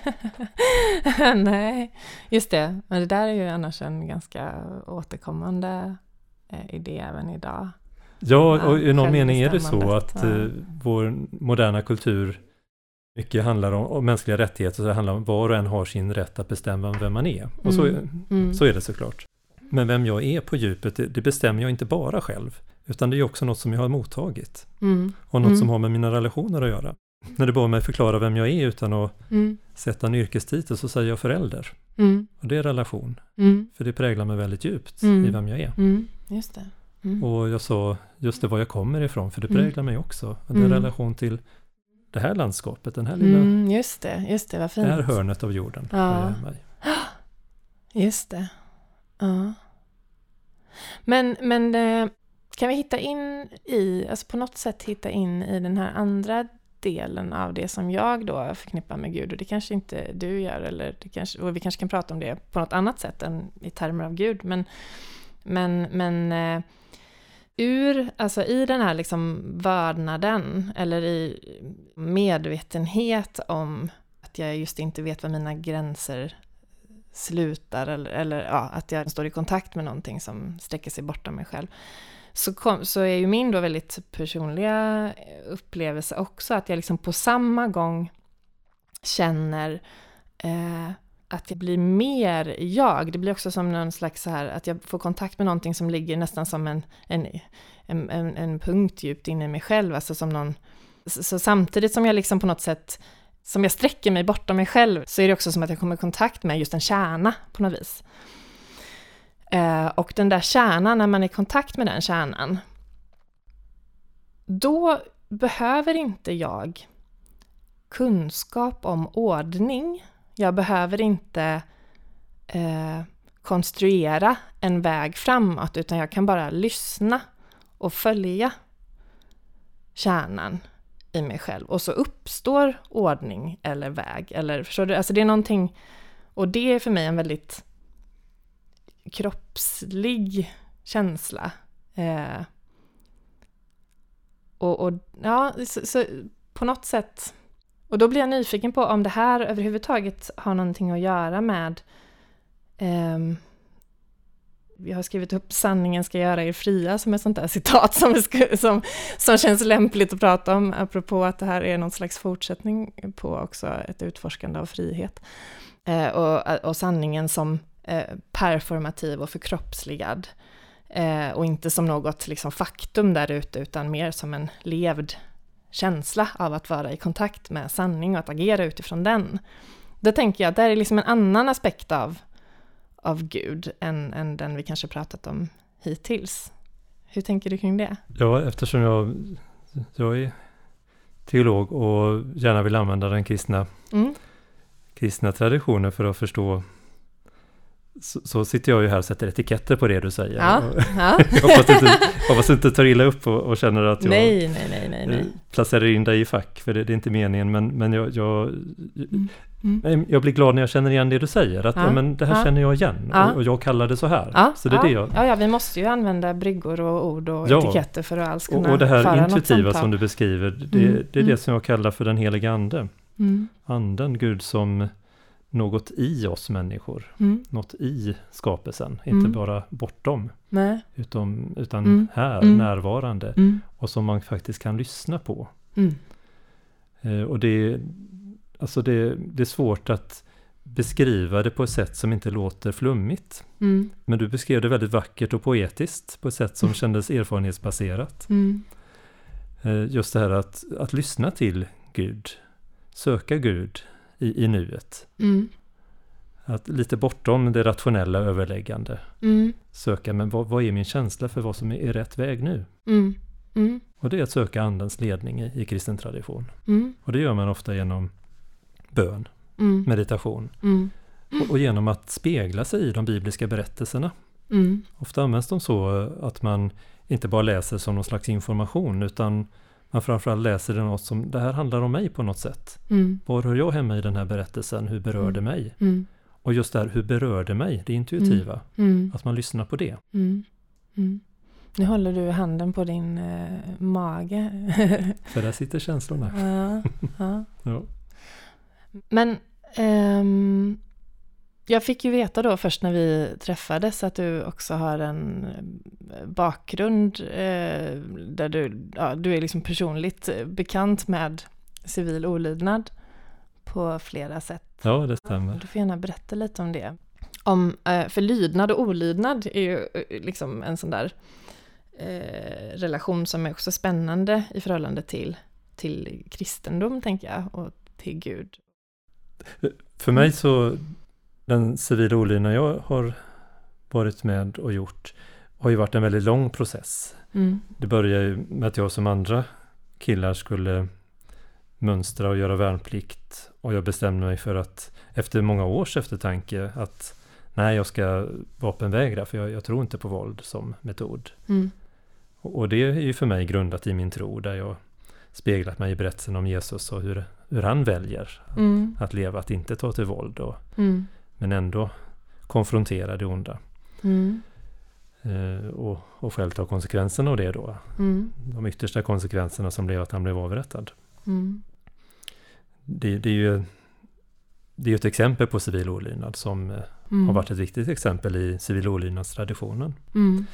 Nej, just det. Men det där är ju annars en ganska återkommande eh, idé även idag. Ja, och i någon mening är det så att ja. eh, vår moderna kultur mycket handlar om, om mänskliga rättigheter, så det handlar om var och en har sin rätt att bestämma vem man är. Och så, mm. Mm. så är det såklart. Men vem jag är på djupet, det, det bestämmer jag inte bara själv, utan det är också något som jag har mottagit. Mm. Och något mm. som har med mina relationer att göra. När du bara mig förklara vem jag är utan att mm. sätta en yrkestitel, så säger jag förälder. Mm. Och det är relation. Mm. För det präglar mig väldigt djupt mm. i vem jag är. Mm. Just det. Mm. Och jag sa just det, var jag kommer ifrån, för det Mm. präglar mig också. Det är en Mm. relation till det här landskapet, den här lilla, Mm. Just det, just det, vad fint. det här hörnet av jorden. Ja. Mig. Just det. Ja. Men, men kan vi hitta in i, alltså på något sätt hitta in i den här andra delen av det som jag då förknippar med Gud, och det kanske inte du gör, eller det kanske, och vi kanske kan prata om det på något annat sätt än i termer av Gud, men, men, men uh, ur, alltså i den här liksom vördnaden, eller i medvetenhet om att jag just inte vet vad mina gränser slutar, eller, eller ja, att jag står i kontakt med någonting som sträcker sig bortom mig själv, så, kom, så är ju min då väldigt personliga upplevelse också att jag liksom på samma gång känner eh, att jag blir mer jag. Det blir också som någon slags så här, att jag får kontakt med någonting som ligger nästan som en, en, en, en, en punkt djupt inne i mig själv. Alltså som någon, så, så samtidigt som jag liksom på något sätt, som jag sträcker mig bortom mig själv, så är det också som att jag kommer i kontakt med just en kärna på något vis. Eh, och den där kärnan, när man är i kontakt med den kärnan, då behöver inte jag kunskap om ordning. Jag behöver inte eh, konstruera en väg framåt, utan jag kan bara lyssna och följa kärnan i mig själv. Och så uppstår ordning eller väg. Eller, förstår du? Alltså det är någonting, och det är för mig en väldigt kroppslig känsla. Eh, och, och ja, så, så på något sätt, och då blir jag nyfiken på om det här överhuvudtaget har någonting att göra med eh, vi har skrivit upp sanningen ska göra er fria som ett sånt där citat som, som, som känns lämpligt att prata om, apropå att det här är någon slags fortsättning på också ett utforskande av frihet. Eh, och, och sanningen som eh, performativ och förkroppsligad. Eh, och inte som något liksom faktum där ute, utan mer som en levd känsla av att vara i kontakt med sanning och att agera utifrån den. Då tänker jag att det är liksom en annan aspekt av av Gud än, än den vi kanske pratat om hittills. Hur tänker du kring det? Ja, eftersom jag, jag är teolog och gärna vill använda den kristna, mm. kristna traditionen för att förstå så, så sitter jag ju här och sätter etiketter på det du säger. Ja, och, ja. jag hoppas inte, hoppas inte tar illa upp och, och känner att jag nej, nej, nej, nej, nej. placerar in dig i fack, för det, det är inte meningen, men, men jag, jag, mm. Mm. jag blir glad när jag känner igen det du säger, att ja. Ja, men det här ja. känner jag igen, ja. och, och jag kallar det så här. Ja. Så det är ja. det jag... ja, ja, vi måste ju använda bryggor och ord och ja. etiketter för att alls kunna och, och det här föra intuitiva som du beskriver, det, mm. det är mm. det som jag kallar för den heliga ande. Mm. Anden, Gud som något i oss människor, mm. något i skapelsen, mm. inte bara bortom, Nej. utan, utan mm. här, mm. närvarande, mm. och som man faktiskt kan lyssna på. Mm. Eh, och det, alltså det, det är svårt att beskriva det på ett sätt som inte låter flummigt. Mm. Men du beskrev det väldigt vackert och poetiskt på ett sätt som kändes erfarenhetsbaserat. Mm. Eh, just det här att, att lyssna till Gud, söka Gud i, i nuet. Mm. Att lite bortom det rationella överläggande. Mm. Söka, men vad, vad är min känsla för vad som är, är rätt väg nu? Mm. Mm. Och det är att söka andens ledning i, i kristen tradition. Mm. Och det gör man ofta genom bön, mm. meditation. Mm. Och, och genom att spegla sig i de bibliska berättelserna. Mm. Ofta används de så att man inte bara läser som någon slags information, utan man framförallt läser det något som, det här handlar om mig på något sätt. Mm. Var hör jag hemma i den här berättelsen? Hur berör det mig? Mm. Och just det här, hur berör det mig? Det intuitiva. Mm. Att man lyssnar på det. Mm. Mm. Nu håller du handen på din eh, mage. För där sitter känslorna. Ja, ja. Ja. Men ehm, jag fick ju veta då först när vi träffades att du också har en bakgrund eh, där du, ja, du är liksom personligt bekant med civil olydnad på flera sätt. Ja, det stämmer. Du får gärna berätta lite om det. Om, eh, för lydnad och olydnad är ju liksom en sån där eh, relation som är också spännande i förhållande till, till kristendom, tänker jag, och till Gud. För mig så, den civila olydnad jag har varit med och gjort har ju varit en väldigt lång process. Mm. Det började ju med att jag som andra killar skulle mönstra och göra värnplikt, och jag bestämde mig för att efter många års eftertanke att nej, jag ska vapenvägra, för jag, jag tror inte på våld som metod. Mm. Och, och det är ju för mig grundat i min tro, där jag speglat mig i berättelsen om Jesus och hur, hur han väljer Mm. att leva, att inte ta till våld och, Mm. men ändå konfrontera det onda. Mm. Eh, och, och själv ta konsekvenserna av det då. Mm. De yttersta konsekvenserna som blev att han blev avrättad. Mm. Det, det är ju det är ett exempel på civil olydnad som eh, Mm. har varit ett viktigt exempel i civil olydnadstraditionen. Mm.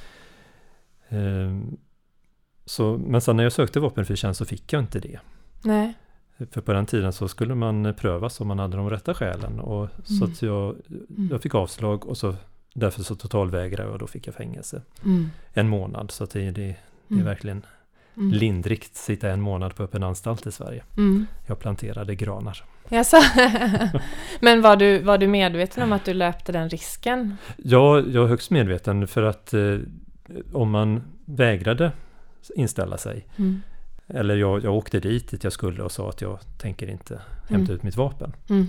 Eh, så, men sen när jag sökte vapenfri tjänst så fick jag inte det. Nej. För på den tiden så skulle man prövas om man hade de rätta skälen. Och så Mm. att jag, jag fick avslag, och så därför så totalvägrade jag, och då fick jag fängelse. Mm. En månad, så att det, det, det är Mm. verkligen Mm. lindrigt sitta en månad på öppen anstalt i Sverige. Mm. Jag planterade granar. Jaså? Men var du, var du medveten om att du löpte den risken? Ja, jag är högst medveten, för att eh, om man vägrade inställa sig, Mm. eller jag, jag åkte dit dit jag skulle och sa att jag tänker inte hämta Mm. ut mitt vapen. Mm.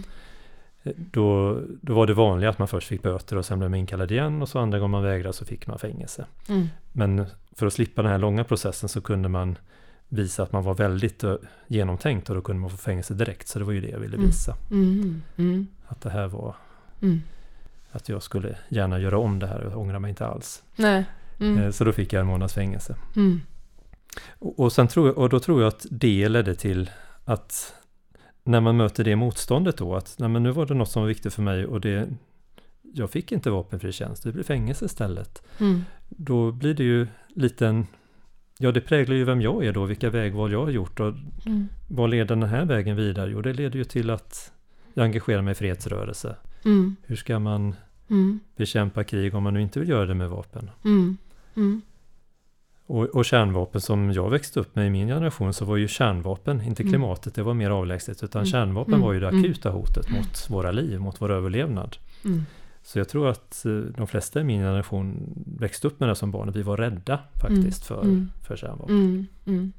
Då, då var det vanligt att man först fick böter och sen blev man inkallad igen, och så andra gången man vägrade så fick man fängelse. Mm. Men för att slippa den här långa processen så kunde man visa att man var väldigt uh, genomtänkt, och då kunde man få fängelse direkt. Så det var ju det jag ville visa. Mm. Mm. Att det här var, Mm. att jag skulle gärna göra om det här, och ångra mig inte alls. Nej. Mm. Eh, Så då fick jag en månads fängelse. Mm. Och, och, sen tror jag, och då tror jag att det ledde till att när man möter det motståndet då, att nej, men nu var det något som var viktigt för mig, och det, jag fick inte vapenfri tjänst, det blev fängelse istället. Mm. Då blir det ju liten, ja det präglar ju vem jag är då, vilka vägval jag har gjort, och Mm. vad leder den här vägen vidare? Jo, det leder ju till att jag engagerar mig i fredsrörelse. Mm. Hur ska man Mm. bekämpa krig om man nu inte vill göra det med vapen? Mm. Mm. Och, och kärnvapen som jag växte upp med i min generation, så var ju kärnvapen, inte klimatet, det var mer avlägset, utan Mm. kärnvapen Mm. var ju det Mm. akuta hotet mot våra liv, mot vår överlevnad. Mm. Så jag tror att eh, de flesta i min generation växte upp med det som barn, och vi var rädda faktiskt för, Mm. för kärnvapen. Mm. Mm.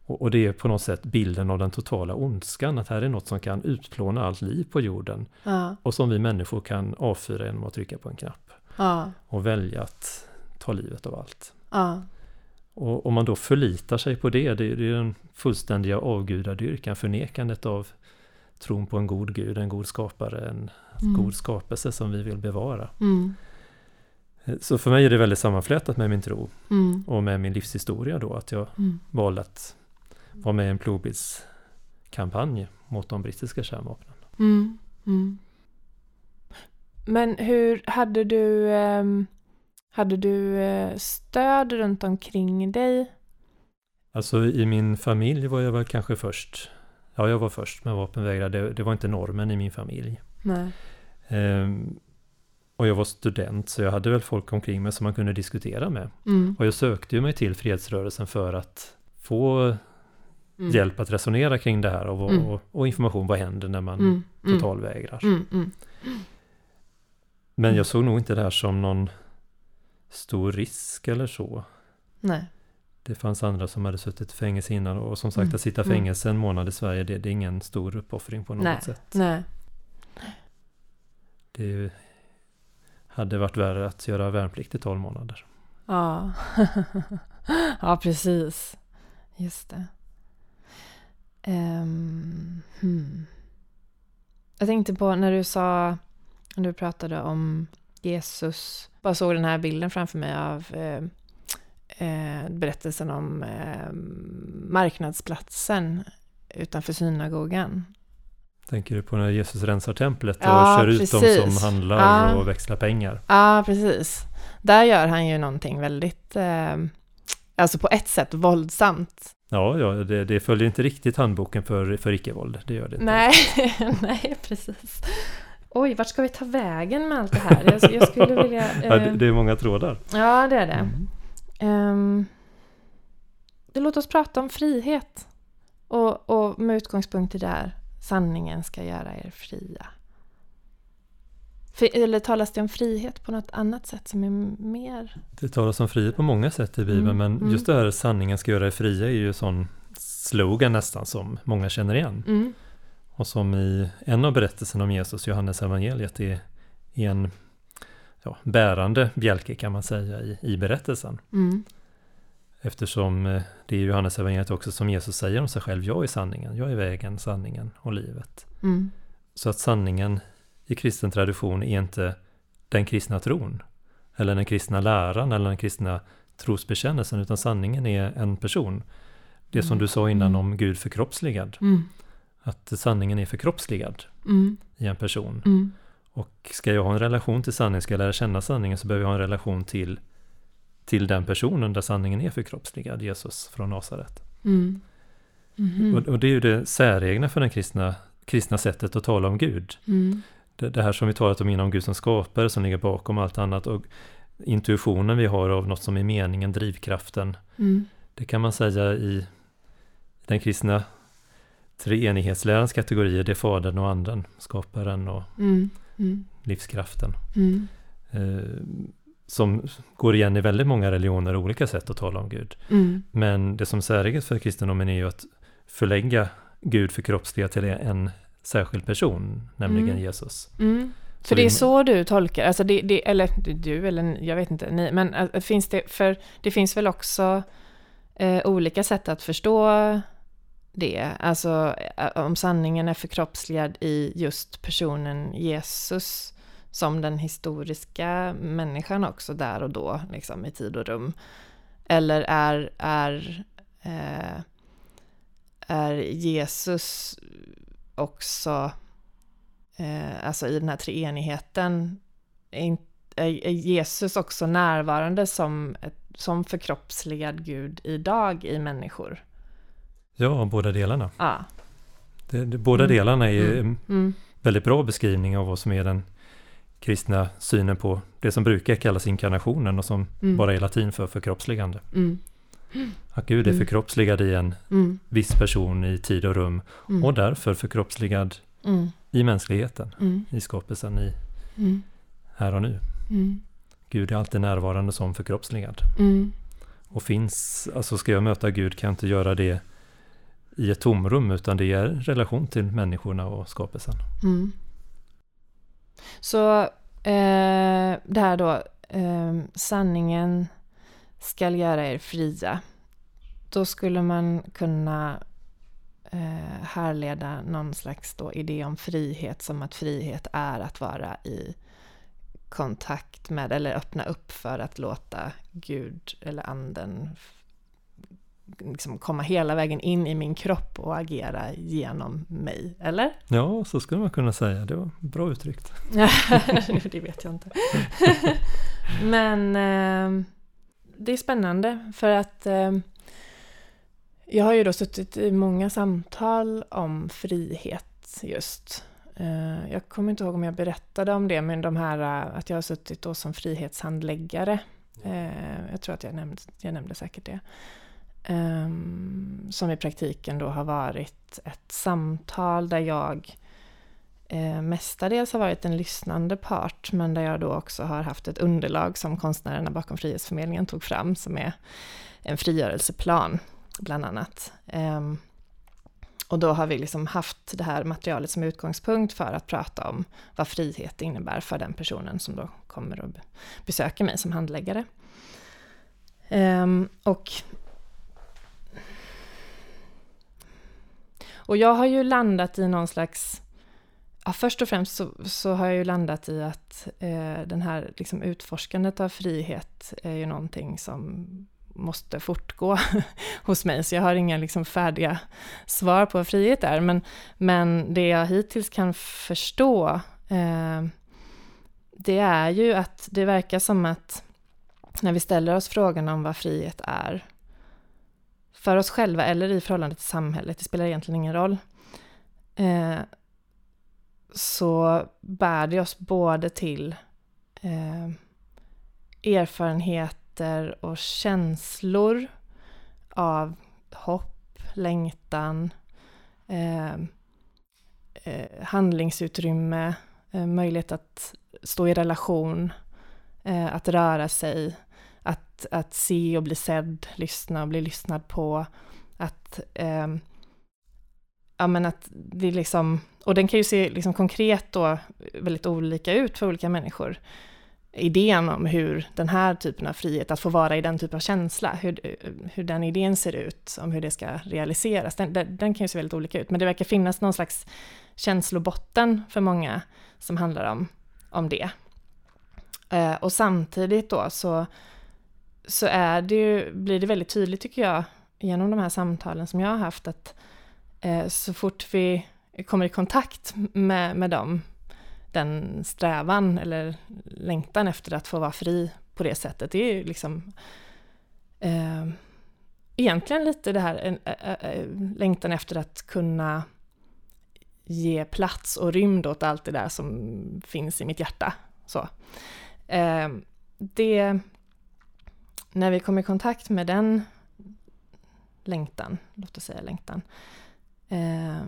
Och, och det är på något sätt bilden av den totala ondskan, att här är något som kan utplåna allt liv på jorden. Ja. Och som vi människor kan avfyra genom att trycka på en knapp. Ja. Och välja att ta livet av allt. Ja. Och om man då förlitar sig på det, det, det är den fullständiga avgudadyrkan, förnekandet av tron på en god gud, en god skapare, en mm. god skapelse som vi vill bevara. Mm. Så för mig är det väldigt sammanflätat med min tro mm. och med min livshistoria då, att jag mm. valde att vara med i en plogbitskampanj mot de brittiska kärnvapnen. Mm. Mm. Men hur hade du eh, hade du eh, stöd runt omkring dig? Alltså i min familj var jag väl kanske först. Ja, jag var först med vapenvägrare. Det, det var inte normen i min familj. Nej. Ehm, och jag var student, så jag hade väl folk omkring mig som man kunde diskutera med. Mm. Och jag sökte ju mig till fredsrörelsen för att få mm. hjälp att resonera kring det här. Och, mm. och, och information, vad händer när man mm. totalvägrar. Mm. Mm. Men jag såg nog inte det här som någon stor risk eller så. Nej. Det fanns andra som hade suttit i fängelse innan, och som sagt mm. att sitta i fängelse en månad i Sverige, det, det är ingen stor uppoffring på något Nej. sätt. Nej. Det hade varit värre att göra värnplikt i tolv månader. Ja, ja precis. Just det. Um, hmm. Jag tänkte på när du sa, när du pratade om Jesus. Jag bara såg den här bilden framför mig av eh, eh, berättelsen om eh, marknadsplatsen utanför synagogan. Tänker du på när Jesus rensar templet och ja, kör ut precis. de som handlar ja. och växlar pengar? Ja, precis. Där gör han ju någonting väldigt, eh, alltså på ett sätt våldsamt. Ja, ja det, det följer inte riktigt handboken för, för icke-våld. Det gör det inte. Nej, nej, precis. Oj, vart ska vi ta vägen med allt det här? Jag, jag skulle vilja... Eh, ja, det, det är många trådar. Ja, det är det. Mm. Um, det låter oss prata om frihet. Och, och med utgångspunkt i det här, sanningen ska göra er fria. För, eller talas det om frihet på något annat sätt som är mer... Det talas om frihet på många sätt i Bibeln, mm. men mm. just det här sanningen ska göra er fria är ju sån slogan nästan som många känner igen. Mm. Och som i en av berättelserna om Jesus, Johannes evangeliet, är, är en ja, bärande bjälke kan man säga i, i berättelsen. Mm. Eftersom det är Johannes evangeliet också som Jesus säger om sig själv, jag är sanningen, jag är vägen, sanningen och livet. Mm. Så att sanningen i kristen tradition är inte den kristna tron eller den kristna läran eller den kristna trosbekännelsen, utan sanningen är en person. Det som du sa innan mm. om Gud förkroppsligad. Mm. Att sanningen är förkroppsligad mm. i en person. Mm. Och ska jag ha en relation till sanningen, ska jag lära känna sanningen, så behöver jag ha en relation till, till den personen där sanningen är förkroppsligad, Jesus från Nasaret. Mm. Mm-hmm. Och, och det är ju det säregna för den kristna, kristna sättet att tala om Gud. Mm. Det, det här som vi talat om innan, Gud som skapare som ligger bakom allt annat, och intuitionen vi har av något som är meningen, drivkraften. Mm. Det kan man säga i den kristna treenighetslärans kategorier, det är fadern och anden, skaparen och mm. Mm. livskraften. Mm. Eh, som går igen i väldigt många religioner och olika sätt att tala om Gud. Mm. Men det som säreget för kristendomen är ju att förlägga Gud förkroppsliga till en särskild person, nämligen mm. Jesus. Mm. För det är så du tolkar, alltså det, det, eller du eller jag vet inte, ni, men äh, finns det, för det finns väl också äh, olika sätt att förstå det, alltså äh, om sanningen är förkroppsligad i just personen Jesus som den historiska människan också där och då, liksom i tid och rum, eller är är äh, är Jesus också Eh, alltså i den här treenigheten är, är Jesus också närvarande som, ett, som förkroppsligad Gud idag i människor? Ja, båda delarna. Ja. Det, det, båda mm. delarna är mm. en mm. väldigt bra beskrivning av vad som är den kristna synen på det som brukar kallas inkarnationen och som mm. bara är latin för förkroppsligande. Mm. Att Gud är mm. förkroppsligad i en mm. viss person i tid och rum mm. och därför förkroppsligad mm. i mänskligheten, mm. i skapelsen, i mm. här och nu. Mm. Gud är alltid närvarande som förkroppsligad. Mm. Och finns, alltså ska jag möta Gud kan jag inte göra det i ett tomrum, utan det är relation till människorna och skapelsen. Mm. Så eh, det här då, eh, sanningen ska göra er fria. Då skulle man kunna eh, härleda någon slags då idé om frihet som att frihet är att vara i kontakt med eller öppna upp för att låta Gud eller anden liksom komma hela vägen in i min kropp och agera genom mig, eller? Ja, så skulle man kunna säga. Det var bra uttryckt. Det vet jag inte. Men eh, det är spännande för att eh, jag har ju då suttit i många samtal om frihet just. Eh, jag kommer inte ihåg om jag berättade om det, men de här att jag har suttit då som frihetshandläggare. Eh, jag tror att jag nämnde, jag nämnde säkert det. Um, som i praktiken då har varit ett samtal där jag eh, mestadels har varit en lyssnande part, men där jag då också har haft ett underlag som konstnärerna bakom Frihetsförmedlingen tog fram, som är en frigörelseplan bland annat. Um, och då har vi liksom haft det här materialet som utgångspunkt för att prata om vad frihet innebär för den personen som då kommer och besöker mig som handläggare. Um, och Och jag har ju landat i någon slags, ja, först och främst så, så har jag ju landat i att eh, den här liksom utforskandet av frihet är ju någonting som måste fortgå hos mig. Så jag har inga liksom färdiga svar på vad frihet är. Men, men det jag hittills kan förstå eh, det är ju att det verkar som att när vi ställer oss frågan om vad frihet är, för oss själva eller i förhållande till samhället, det spelar egentligen ingen roll, eh, så bär det oss både till eh, erfarenheter och känslor av hopp, längtan, eh, eh, handlingsutrymme, eh, möjlighet att stå i relation, eh, att röra sig, Att, att se och bli sedd, lyssna och bli lyssnad på. Att, eh, ja, men att det liksom, och den kan ju se liksom konkret då väldigt olika ut för olika människor. Idén om hur den här typen av frihet, att få vara i den typen av känsla, hur, hur den idén ser ut, om hur det ska realiseras, den, den, den kan ju se väldigt olika ut. Men det verkar finnas någon slags känslobotten för många som handlar om, om det. Eh, och samtidigt då så så är det ju, blir det väldigt tydligt tycker jag genom de här samtalen som jag har haft att eh, så fort vi kommer i kontakt med, med dem, den strävan eller längtan efter att få vara fri på det sättet, det är ju liksom eh, egentligen lite det här en, ä, ä, längtan efter att kunna ge plats och rymd åt allt det där som finns i mitt hjärta. Så. Eh, det När vi kommer i kontakt med den längtan, låt oss säga längtan, eh,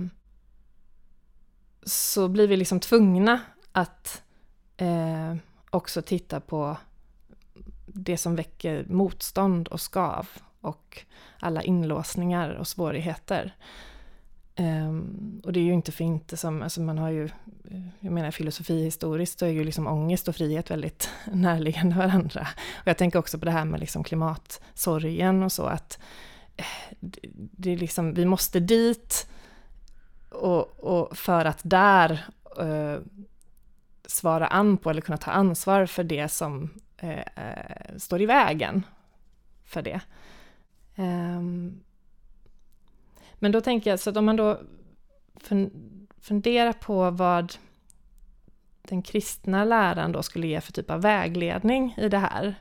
så blir vi liksom tvungna att eh, också titta på det som väcker motstånd och skav och alla inlåsningar och svårigheter. Um, och det är ju inte för inte som, alltså man har ju, jag menar filosofi historiskt så är ju liksom ångest och frihet väldigt närliggande varandra. Och jag tänker också på det här med liksom klimatsorgen och så, att det, det är liksom, vi måste dit och, och för att där uh, svara an på eller kunna ta ansvar för det som uh, uh, står i vägen för det. Um, Men då tänker jag så att om man då funderar på vad den kristna läran då skulle ge för typ av vägledning i det här,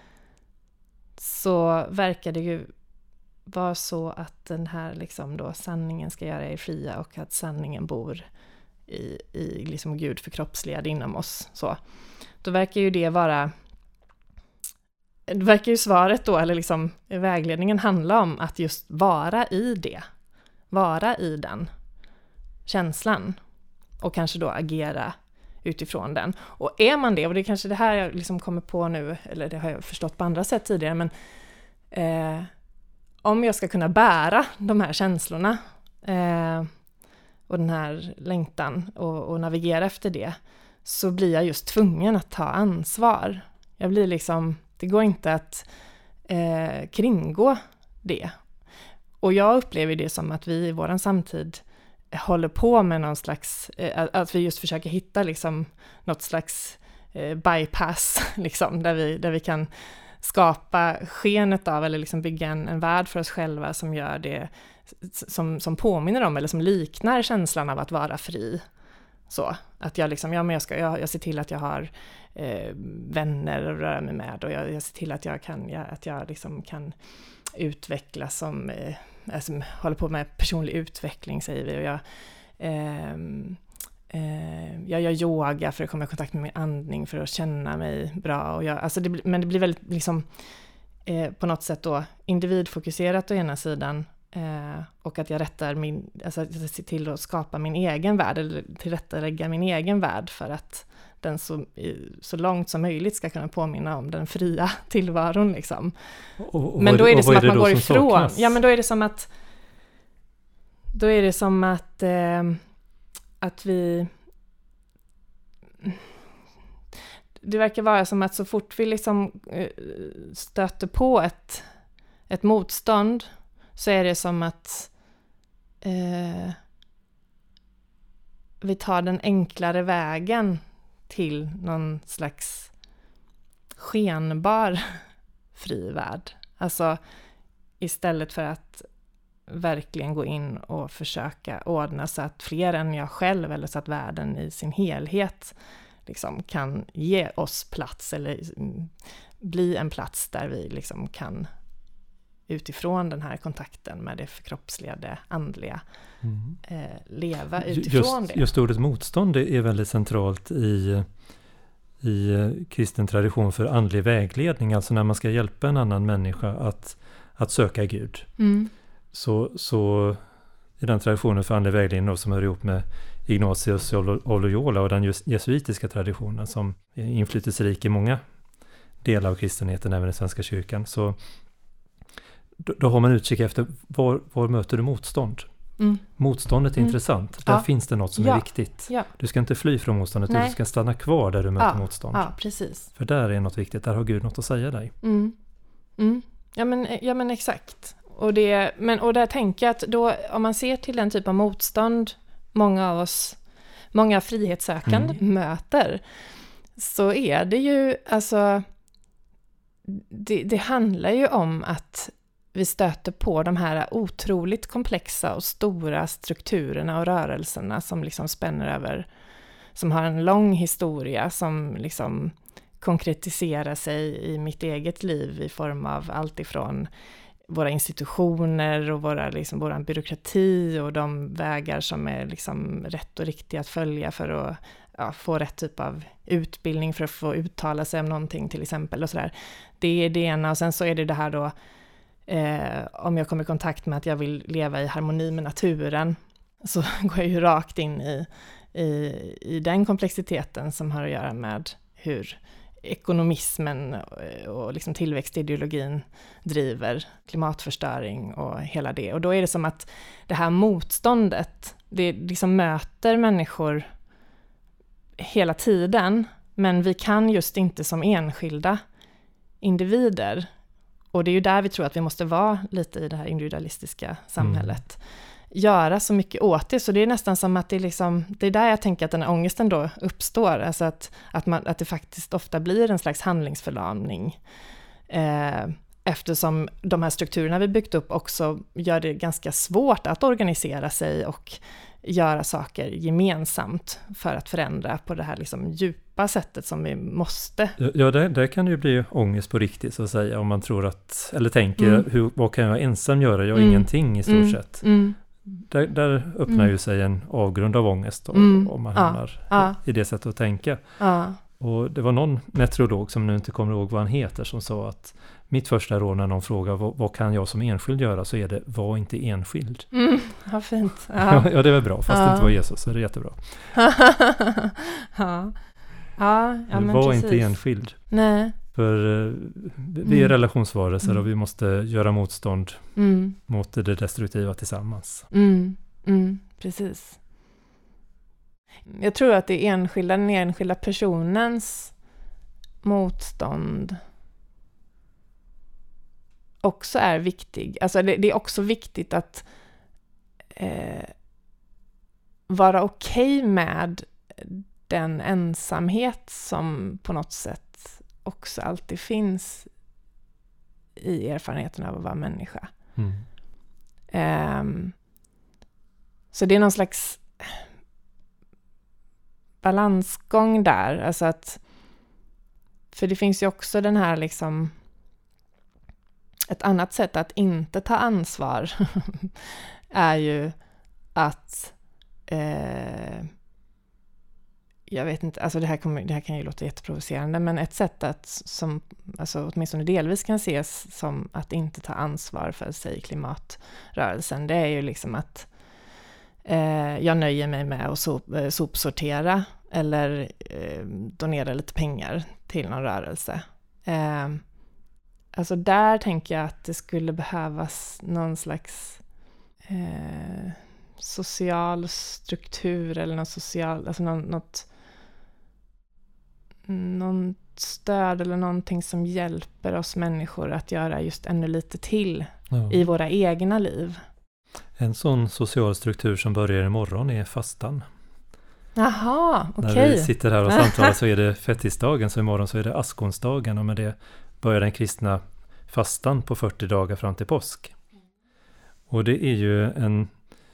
så verkar det ju vara så att den här liksom då sanningen ska göra er fria och att sanningen bor i, i liksom Gud förkroppsligad inom oss. Så. Då verkar ju det vara, det verkar ju svaret då, eller liksom vägledningen handla om att just vara i det. Vara i den känslan och kanske då agera utifrån den. Och är man det, och det är kanske det här jag liksom kommer på nu, eller det har jag förstått på andra sätt tidigare, men eh, om jag ska kunna bära de här känslorna eh, och den här längtan och, och navigera efter det, så blir jag just tvungen att ta ansvar. Jag blir liksom, det går inte att eh, kringgå det. Och jag upplever det som att vi i våran samtid håller på med någon slags, eh, att vi just försöker hitta liksom något slags eh, bypass, liksom, där vi, där vi kan skapa skenet av, eller liksom bygga en, en värld för oss själva som gör det, som, som påminner om, eller som liknar känslan av att vara fri. Så, att jag liksom, ja men jag ska, jag, jag ser till att jag har eh, vänner att röra mig med, och jag, jag ser till att jag kan, jag, att jag liksom kan utvecklas som, eh, alltså, håller på med personlig utveckling, säger vi, och jag, eh, eh, jag gör yoga för att komma i kontakt med min andning, för att känna mig bra, och jag, alltså det, men det blir väldigt liksom, eh, på något sätt då individfokuserat å ena sidan, Eh, och att jag rättar min, alltså att jag ser till att skapa min egen värld, eller tillrättalägga min egen värld, för att den så, så långt som möjligt ska kunna påminna om den fria tillvaron liksom. Och, och men då är det som att man går ifrån. Saknas? Ja, men då är det som att då är det som att eh, att vi det verkar vara som att så fort vi liksom eh, stöter på ett ett motstånd, så är det som att eh, vi tar den enklare vägen till någon slags skenbar fri värld. Alltså istället för att verkligen gå in och försöka ordna så att fler än jag själv, eller så att världen i sin helhet liksom kan ge oss plats, eller bli en plats där vi liksom kan utifrån den här kontakten med det förkroppsligade, andliga, mm. eh, leva utifrån just, det. Just ordet motstånd är väldigt centralt i, i kristen tradition för andlig vägledning, alltså när man ska hjälpa en annan människa att, att söka Gud. Mm. Så, så i den traditionen för andlig vägledning som hör ihop med Ignatius av Loyola och den jesuitiska traditionen som är inflytelserik i många delar av kristenheten, även i Svenska kyrkan, så Då, då har man utkik efter var, var möter du motstånd. Mm. Motståndet är mm. intressant. Där ja. finns det något som ja. är viktigt. Ja. Du ska inte fly från motståndet, Nej. du ska stanna kvar där du möter ja. motstånd. Ja, precis. För där är något viktigt, där har Gud något att säga dig. Mm. Mm. Ja, men, ja men exakt. Och, det, men, och där tänker jag att då, om man ser till den typ av motstånd många av oss, många frihetssökande mm. möter, så är det ju, alltså det, det handlar ju om att vi stöter på de här otroligt komplexa och stora strukturerna och rörelserna som liksom spänner över, som har en lång historia, som liksom konkretiserar sig i mitt eget liv i form av allt ifrån våra institutioner och våra, liksom, våran byråkrati och de vägar som är liksom rätt och riktiga att följa för att ja, få rätt typ av utbildning för att få uttala sig om någonting till exempel och sådär. Det är det ena, och sen så är det det här då Eh, om jag kommer i kontakt med att jag vill leva i harmoni med naturen, så går jag ju rakt in i, i, i den komplexiteten som har att göra med hur ekonomismen och, och liksom tillväxtideologin driver klimatförstöring och hela det. Och då är det som att det här motståndet, det liksom möter människor hela tiden, men vi kan just inte som enskilda individer. Och det är ju där vi tror att vi måste vara lite i det här individualistiska samhället. Mm. Göra så mycket åt det. Så det är nästan som att det är liksom, det är där jag tänker att den här ångesten då uppstår. Alltså att, att, man, att det faktiskt ofta blir en slags handlingsförlamning. Eh, eftersom de här strukturerna vi byggt upp också gör det ganska svårt att organisera sig och göra saker gemensamt för att förändra på det här liksom djupa sättet som vi måste. Ja, det, det kan ju bli ångest på riktigt så att säga, om man tror att, eller tänker, mm. hur, vad kan jag ensam göra? Jag har mm. ingenting i stort mm. sett. Mm. Där, där öppnar mm. ju sig en avgrund av ångest och, mm. om man hamnar ja. i, i det sättet att tänka. Ja. Och det var någon meteorolog som nu inte kommer ihåg vad han heter som sa att mitt första råd när någon frågar vad, vad kan jag som enskild göra, så är det var inte enskild. Mm, vad fint. Ja. ja, det är väl bra, fast ja. det inte var Jesus, så är det jättebra. ja. Ja, ja, men var precis. inte enskild. Nej. För uh, vi är mm. relationsvarelser mm. och vi måste göra motstånd mm. mot det destruktiva tillsammans. Mm. mm, precis. Jag tror att det är enskilda, den enskilda personens motstånd också är viktig. Alltså det, det är också viktigt att eh, vara okej med den ensamhet som på något sätt också alltid finns i erfarenheten av att vara människa. Mm. Um, så det är någon slags balansgång där. Alltså att, för det finns ju också den här liksom ett annat sätt att inte ta ansvar är ju att eh, jag vet inte, alltså det här, kommer, det här kan ju låta jätteprovocerande, men ett sätt att som alltså åtminstone delvis kan ses som att inte ta ansvar för sig klimatrörelsen, det är ju liksom att eh, jag nöjer mig med att sop, eh, sopsortera eller eh, donera lite pengar till någon rörelse. Eh, alltså där tänker jag att det skulle behövas någon slags eh, social struktur eller någon social, alltså någon, något någon stöd eller någonting som hjälper oss människor att göra just ännu lite till ja. I våra egna liv. En sån social struktur som börjar imorgon är fastan. Jaha, okej. Okay. När vi sitter här och samtalar så är det fettisdagen, så imorgon så är det askonsdagen, och med det börjar den kristna fastan på fyrtio dagar fram till påsk. Och det är ju en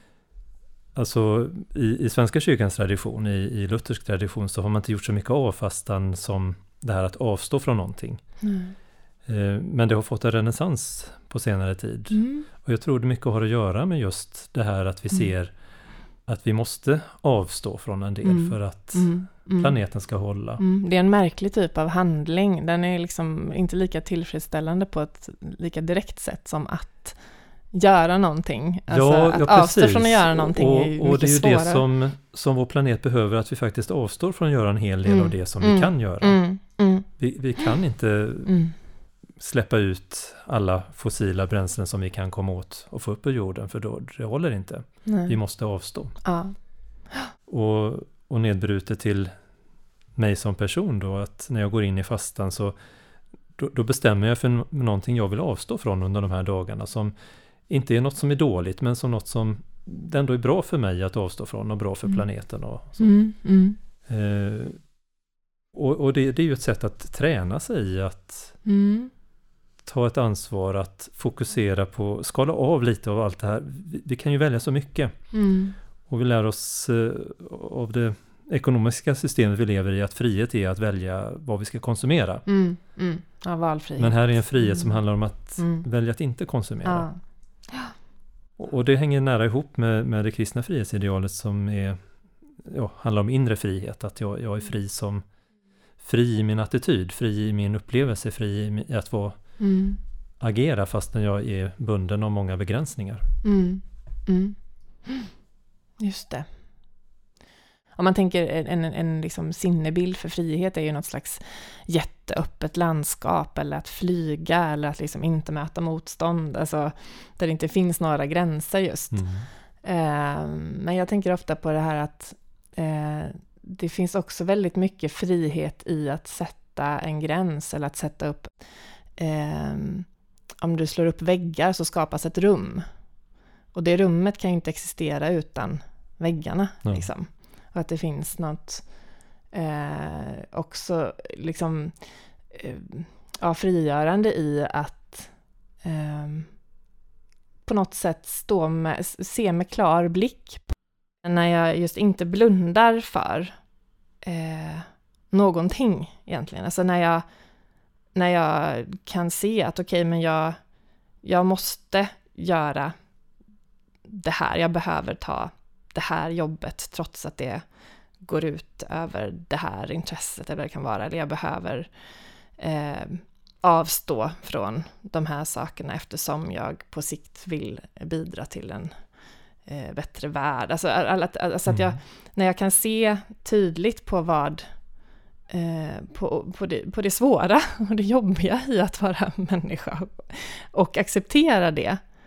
Alltså i, i svenska kyrkans tradition, i, i luthersk tradition, så har man inte gjort så mycket av fastan som det här att avstå från någonting. Mm. Eh, men det har fått en renässans på senare tid. Mm. Och jag tror det mycket har att göra med just det här att vi mm. ser att vi måste avstå från en del mm. för att mm. Mm. planeten ska hålla. Mm. Det är en märklig typ av handling. Den är liksom inte lika tillfredsställande på ett lika direkt sätt som att göra någonting. Alltså ja, att ja, avstå från att göra någonting och, är ju och mycket det är ju svårare. det som, som vår planet behöver, att vi faktiskt avstår från att göra en hel del mm. av det som mm. vi kan göra. Mm. Mm. Vi, vi kan inte mm. släppa ut alla fossila bränslen som vi kan komma åt och få upp ur jorden, för då det håller inte. Nej. Vi måste avstå. Ja. Och, och nedbrutet till mig som person då, att när jag går in i fastan så då, då bestämmer jag för någonting jag vill avstå från under de här dagarna, som inte är något som är dåligt, men som något som ändå är bra för mig att avstå från och bra för mm. planeten. Och, så. Mm, mm. Eh, och, och det, det är ju ett sätt att träna sig i att mm. ta ett ansvar, att fokusera på, skala av lite av allt det här. Vi, vi kan ju välja så mycket. Mm. Och vi lär oss eh, av det ekonomiska systemet vi lever i att frihet är att välja vad vi ska konsumera. Mm, mm. Ja, valfrihet. Men här är en frihet som mm. handlar om att mm. välja att inte konsumera. Ja. Och, och det hänger nära ihop med, med det kristna frihetsidealet som är, ja, handlar om inre frihet. Att jag, jag är fri som fri i min attityd, fri i min upplevelse, fri i att vara mm. agera fastän jag är bunden av många begränsningar. Mm. Mm. Just det. Om man tänker en, en, en liksom sinnebild för frihet är ju något slags jätteöppet landskap, eller att flyga, eller att liksom inte möta motstånd, alltså där det inte finns några gränser just. Mm. Eh, men jag tänker ofta på det här att eh, det finns också väldigt mycket frihet i att sätta en gräns, eller att sätta upp eh, om du slår upp väggar så skapas ett rum, och det rummet kan ju inte existera utan väggarna. Mm. Liksom. Och att det finns något eh, också liksom eh, ja, frigörande i att eh, på något sätt stå med, se med klar blick på, när jag just inte blundar för eh, någonting egentligen. Alltså när jag, när jag kan se att okej, okay, men jag, jag måste göra det här, jag behöver ta det här jobbet trots att det går ut över det här intresset eller det kan vara, eller jag behöver eh, avstå från de här sakerna eftersom jag på sikt vill bidra till en eh, bättre värld. Alltså, alla, alltså att jag, när jag kan se tydligt på vad eh, på, på, det, på det svåra och det jobbiga i att vara människa och acceptera det,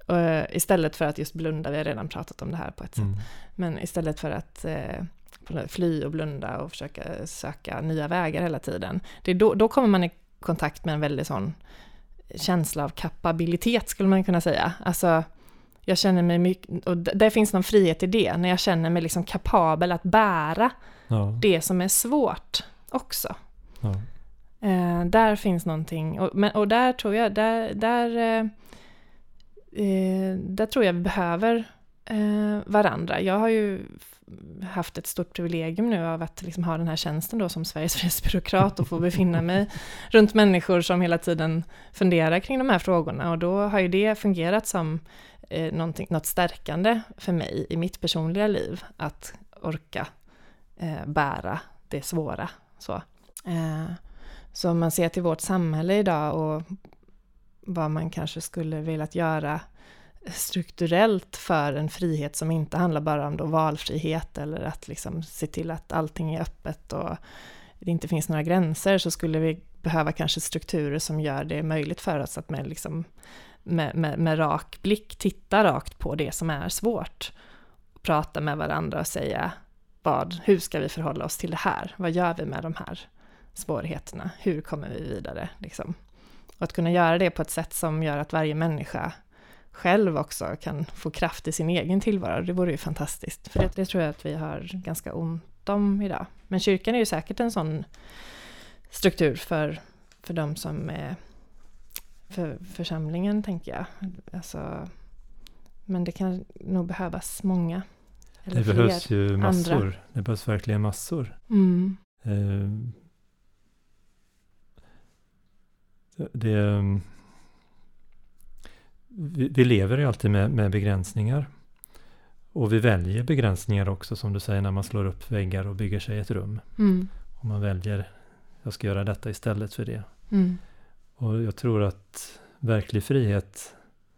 Uh, istället för att just blunda, vi har redan pratat om det här på ett sätt, Mm. men istället för att uh, fly och blunda och försöka söka nya vägar hela tiden, det är då, då kommer man i kontakt med en väldigt sån känsla av kapabilitet, skulle man kunna säga. Alltså, jag känner mig mycket, och d- där finns någon frihet i det, när jag känner mig liksom kapabel att bära Ja. det som är svårt också. Ja. Uh, där finns någonting, och, men, och där tror jag, där, där uh, Eh, där tror jag vi behöver eh, varandra. Jag har ju haft ett stort privilegium nu av att liksom ha den här tjänsten då som Sveriges fredsbyråkrat och få befinna mig runt människor som hela tiden funderar kring de här frågorna, och då har ju det fungerat som eh, något stärkande för mig i mitt personliga liv, att orka eh, bära det svåra. Så. Eh, så om man ser till vårt samhälle idag och vad man kanske skulle velat göra strukturellt för en frihet som inte handlar bara om då valfrihet, eller att liksom se till att allting är öppet och det inte finns några gränser, så skulle vi behöva kanske strukturer som gör det möjligt för oss att med, liksom, med, med, med rak blick titta rakt på det som är svårt, och prata med varandra och säga vad, hur ska vi förhålla oss till det här? Vad gör vi med de här svårigheterna? Hur kommer vi vidare? Liksom. Och att kunna göra det på ett sätt som gör att varje människa själv också kan få kraft i sin egen tillvaro. Det vore ju fantastiskt. För det, det tror jag att vi har ganska ont om idag. Men kyrkan är ju säkert en sån struktur för, för de som är för församlingen, tänker jag. Alltså, men det kan nog behövas många. Eller det behövs ju massor. Andra. Det behövs verkligen massor. Mm. Eh, det, vi, vi lever ju alltid med, med begränsningar. Och vi väljer begränsningar också, som du säger, när man slår upp väggar och bygger sig ett rum. Mm. Och man väljer, jag ska göra detta istället för det. Mm. Och jag tror att verklig frihet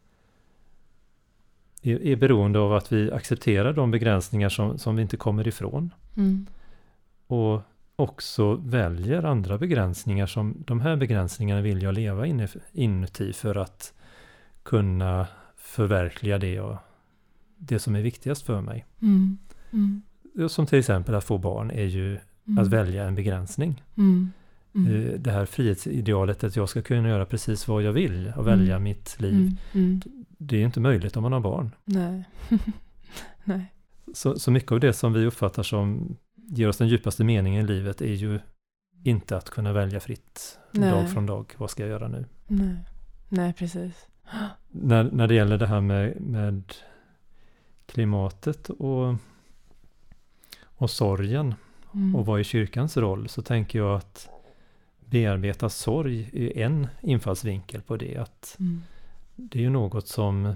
är, är beroende av att vi accepterar de begränsningar som, som vi inte kommer ifrån. Mm. Och också väljer andra begränsningar, som de här begränsningarna vill jag leva in, inuti för att kunna förverkliga det, och det som är viktigast för mig. Mm. Mm. Som till exempel att få barn är ju mm. att välja en begränsning. Mm. Mm. Det här frihetsidealet att jag ska kunna göra precis vad jag vill och välja mm. mitt liv. Mm. Mm. Det är inte möjligt om man har barn. Nej. Nej. Så, så mycket av det som vi uppfattar som ger oss den djupaste meningen i livet är ju inte att kunna välja fritt Nej. dag från dag. Vad ska jag göra nu? Nej, Nej precis. När, när det gäller det här med, med klimatet och, och sorgen mm. och vad är kyrkans roll, så tänker jag att bearbeta sorg är en infallsvinkel på det. Att mm. det är ju något som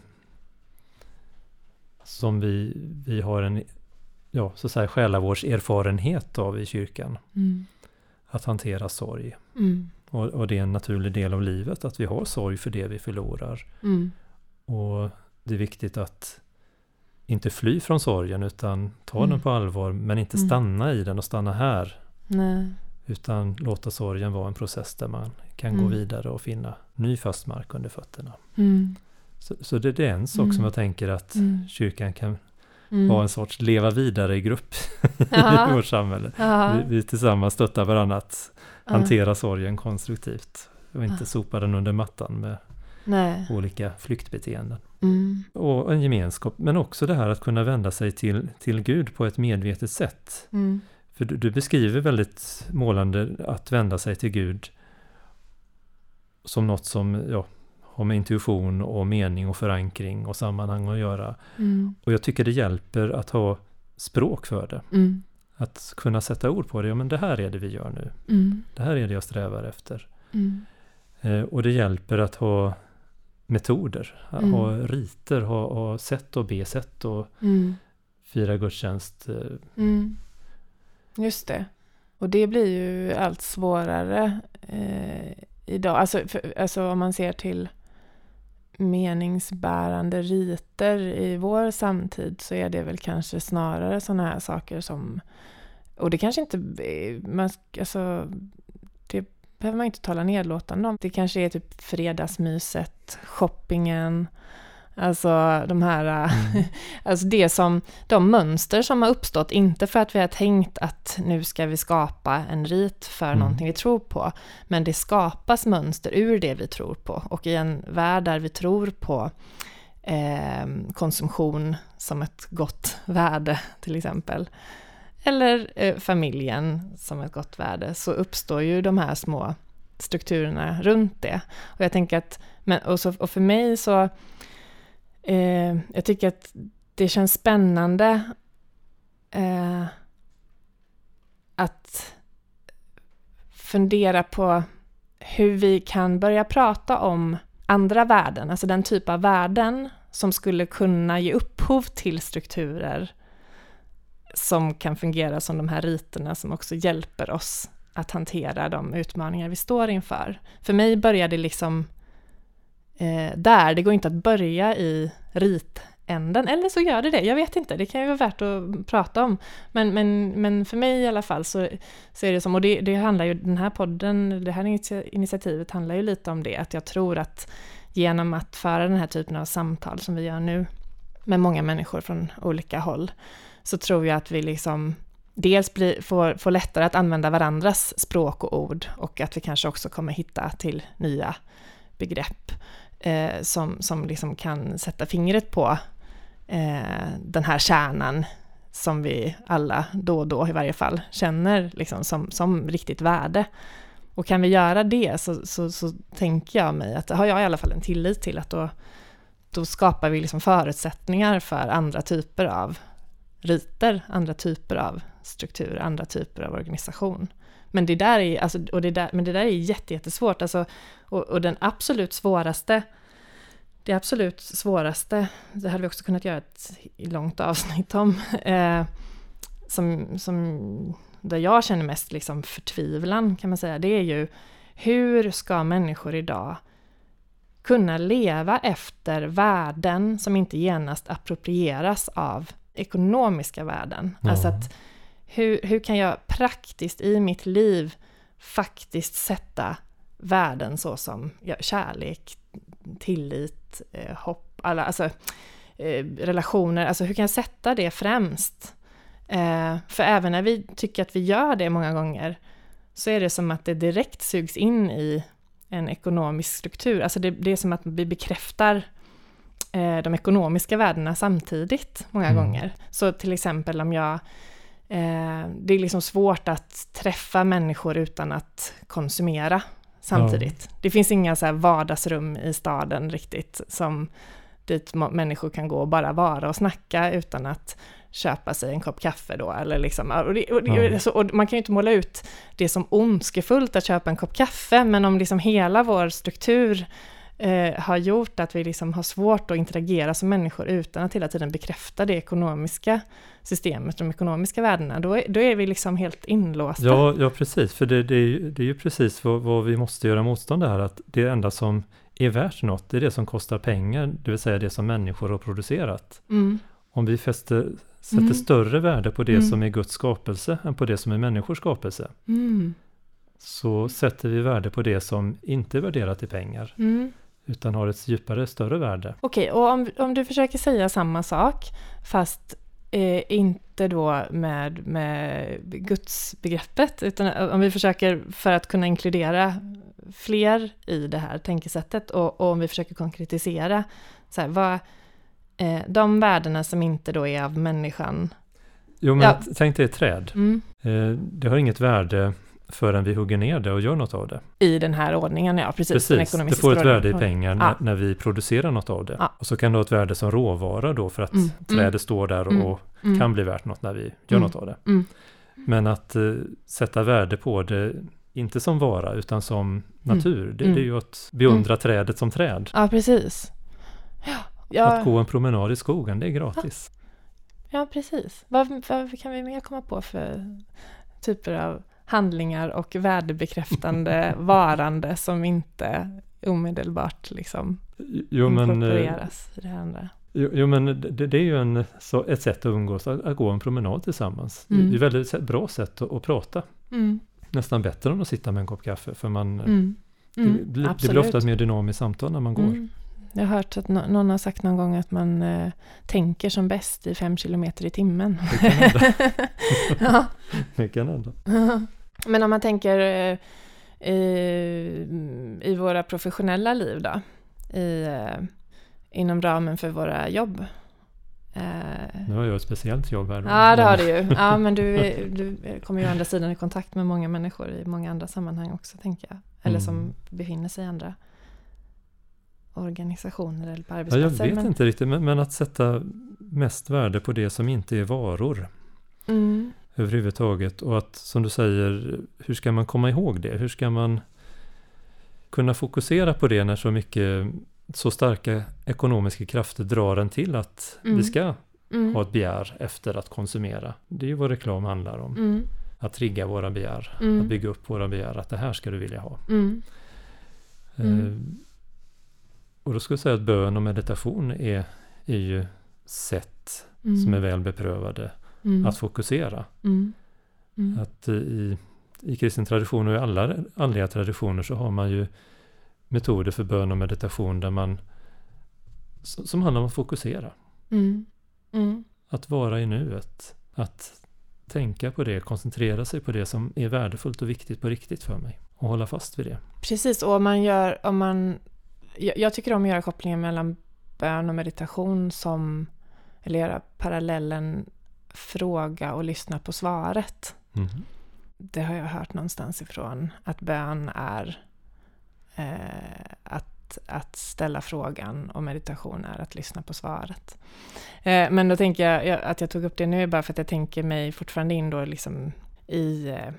som vi, vi har en ja, så att säga, själavårdserfarenhet av i kyrkan. Mm. Att hantera sorg. Mm. Och, och det är en naturlig del av livet att vi har sorg för det vi förlorar. Mm. Och det är viktigt att inte fly från sorgen, utan ta mm. den på allvar, men inte mm. stanna i den och stanna här. Nej. Utan låta sorgen vara en process där man kan mm. gå vidare och finna ny fast mark under fötterna. Mm. Så, så det, det är en sak mm. som jag tänker att mm. kyrkan kan mm. vara en sorts leva vidare i grupp Aha. i vårt samhälle. Vi, vi tillsammans stöttar varandra att Aha. hantera sorgen konstruktivt och inte Aha. sopa den under mattan med Nej. olika flyktbeteenden. Mm. Och en gemenskap, men också det här att kunna vända sig till, till Gud på ett medvetet sätt. Mm. För du, du beskriver väldigt målande att vända sig till Gud som något som ja, har med intuition och mening och förankring och sammanhang att göra. Mm. Och jag tycker det hjälper att ha språk för det. Mm. Att kunna sätta ord på det. Ja, men det här är det vi gör nu. Mm. Det här är det jag strävar efter. Mm. Eh, och det hjälper att ha metoder. Att mm. ha riter, ha, ha sätt att be, sätt att mm. fira gudstjänst. Eh. Mm. Just det. Och det blir ju allt svårare eh, idag. Alltså, för, alltså om man ser till meningsbärande riter i vår samtid, så är det väl kanske snarare sådana här saker som, och det kanske inte man, alltså, det behöver man inte tala nedlåtande om. Det kanske är typ fredagsmyset, shoppingen, Alltså de här, mm. alltså det som, de mönster som har uppstått, inte för att vi har tänkt att nu ska vi skapa en rit för mm. någonting vi tror på, men det skapas mönster ur det vi tror på. Och i en värld där vi tror på eh, konsumtion som ett gott värde till exempel, eller eh, familjen som ett gott värde, så uppstår ju de här små strukturerna runt det. Och jag tänker att, men, och, så, och för mig så Eh, jag tycker att det känns spännande eh, att fundera på hur vi kan börja prata om andra värden, alltså den typ av värden som skulle kunna ge upphov till strukturer som kan fungera som de här riterna som också hjälper oss att hantera de utmaningar vi står inför. För mig börjar det liksom Eh, där, det går inte att börja i ritänden, eller så gör det det, jag vet inte, det kan ju vara värt att prata om, men, men, men för mig i alla fall så, så är det som, och det, det handlar ju, den här podden, det här initiativet handlar ju lite om det, att jag tror att genom att föra den här typen av samtal som vi gör nu med många människor från olika håll, så tror jag att vi liksom dels blir, får, får lättare att använda varandras språk och ord, och att vi kanske också kommer hitta till nya begrepp eh, som, som liksom kan sätta fingret på eh, den här kärnan som vi alla då och då i varje fall känner liksom som, som riktigt värde. Och kan vi göra det så, så, så tänker jag mig att har jag i alla fall en tillit till att då, då skapar vi liksom förutsättningar för andra typer av riter, andra typer av struktur, andra typer av organisation. Men det där är, alltså, och det där, men det där är jätte, jättesvårt. Alltså, och, och den absolut svåraste, det absolut svåraste, det hade vi också kunnat göra ett långt avsnitt om, eh, som, som, där jag känner mest liksom förtvivlan kan man säga, det är ju hur ska människor idag kunna leva efter värden som inte genast approprieras av ekonomiska värden. Ja. Alltså att Hur, hur kan jag praktiskt i mitt liv faktiskt sätta värden så som ja, kärlek, tillit, eh, hopp, alla, alltså, eh, relationer. Alltså hur kan jag sätta det främst? Eh, för även när vi tycker att vi gör det många gånger så är det som att det direkt sugs in i en ekonomisk struktur. Alltså det, det är som att vi bekräftar eh, de ekonomiska värdena samtidigt många mm. gånger. Så till exempel om jag Eh, det är liksom svårt att träffa människor utan att konsumera samtidigt. Ja. Det finns inga så här vardagsrum i staden riktigt som dit må- människor kan gå och bara vara och snacka utan att köpa sig en kopp kaffe då. Eller liksom, och det, och det, ja. så, och man kan ju inte måla ut det som ondskefullt att köpa en kopp kaffe, men om liksom hela vår struktur Eh, har gjort att vi liksom har svårt att interagera som människor utan att hela tiden bekräfta det ekonomiska systemet, de ekonomiska värdena, då är, då är vi liksom helt inlåsta. Ja, ja precis, för det, det, är, ju, det är ju precis vad, vad vi måste göra motstånd här, att det enda som är värt något, det är det som kostar pengar, det vill säga det som människor har producerat. Mm. Om vi fäster, sätter mm. större värde på det mm. som är Guds skapelse än på det som är människors skapelse, mm. så sätter vi värde på det som inte är värderat i pengar. Mm. Utan har ett djupare, större värde. Okej, och om, om du försöker säga samma sak, fast eh, inte då med, med gudsbegreppet, utan om vi försöker för att kunna inkludera fler i det här tänkesättet, och, och om vi försöker konkretisera så här, vad, eh, de värdena som inte då är av människan. Jo, men ja. Tänk dig ett träd. Mm. Eh, det har inget värde förrän vi hugger ner det och gör något av det. I den här ordningen, ja, precis. Precis, det får ett värde i pengar när, ja. när vi producerar något av det. Ja. Och så kan det ha ett värde som råvara då, för att mm. trädet mm. står där och mm. kan bli värt något när vi gör mm. något av det. Mm. Men att uh, sätta värde på det, inte som vara utan som natur, mm. det, det är ju att beundra mm. trädet som träd. Ja, precis. Ja. Ja. Att gå en promenad i skogen, det är gratis. Ja, ja precis. Vad, vad kan vi mer komma på för typer av handlingar och värdebekräftande varande som inte omedelbart liksom jo, men, inkorporeras i det andra. Jo, jo men det, det är ju en, så ett sätt att umgås, att, att gå en promenad tillsammans. Mm. Det är ett väldigt bra sätt att, att prata. Mm. Nästan bättre än att sitta med en kopp kaffe, för man, mm. Mm. Det, det, det blir ofta ett mer dynamiskt samtal när man går. Mm. Jag har hört att no- någon har sagt någon gång att man eh, tänker som bäst i fem kilometer i timmen. Det kan hända. Ja. Det kan hända. Men om man tänker eh, i, i våra professionella liv då, i, eh, inom ramen för våra jobb. Eh, nu har jag ett speciellt jobb här. Då. Ja, det har du ju. Ja, men du, du kommer ju å andra sidan i kontakt med många människor i många andra sammanhang också, tänker jag. Eller som mm. befinner sig i andra organisationer eller på arbetsplatser. Ja, jag vet men... inte riktigt, men, men att sätta mest värde på det som inte är varor mm. överhuvudtaget. Och att, som du säger, hur ska man komma ihåg det? Hur ska man kunna fokusera på det när så mycket, så starka ekonomiska krafter drar en till att mm. vi ska mm. ha ett begär efter att konsumera. Det är ju vad reklam handlar om. Mm. Att trigga våra begär, mm. att bygga upp våra begär, att det här ska du vilja ha. Mm. Mm. Uh, och då skulle jag säga att bön och meditation är, är ju sätt mm. som är väl beprövade mm. att fokusera. Mm. Mm. Att i, i kristen tradition och i alla andliga traditioner så har man ju metoder för bön och meditation där man, som handlar om att fokusera. Mm. Mm. Att vara i nuet. Att tänka på det, koncentrera sig på det som är värdefullt och viktigt på riktigt för mig. Och hålla fast vid det. Precis, och om man gör, om man, jag, jag tycker om att göra kopplingen mellan bön och meditation som, eller göra parallellen fråga och lyssna på svaret. Mm. Det har jag hört någonstans ifrån, att bön är eh, att, att ställa frågan och meditation är att lyssna på svaret. Eh, men då tänker jag, jag att jag tog upp det nu bara för att jag tänker mig fortfarande in då liksom i, eh,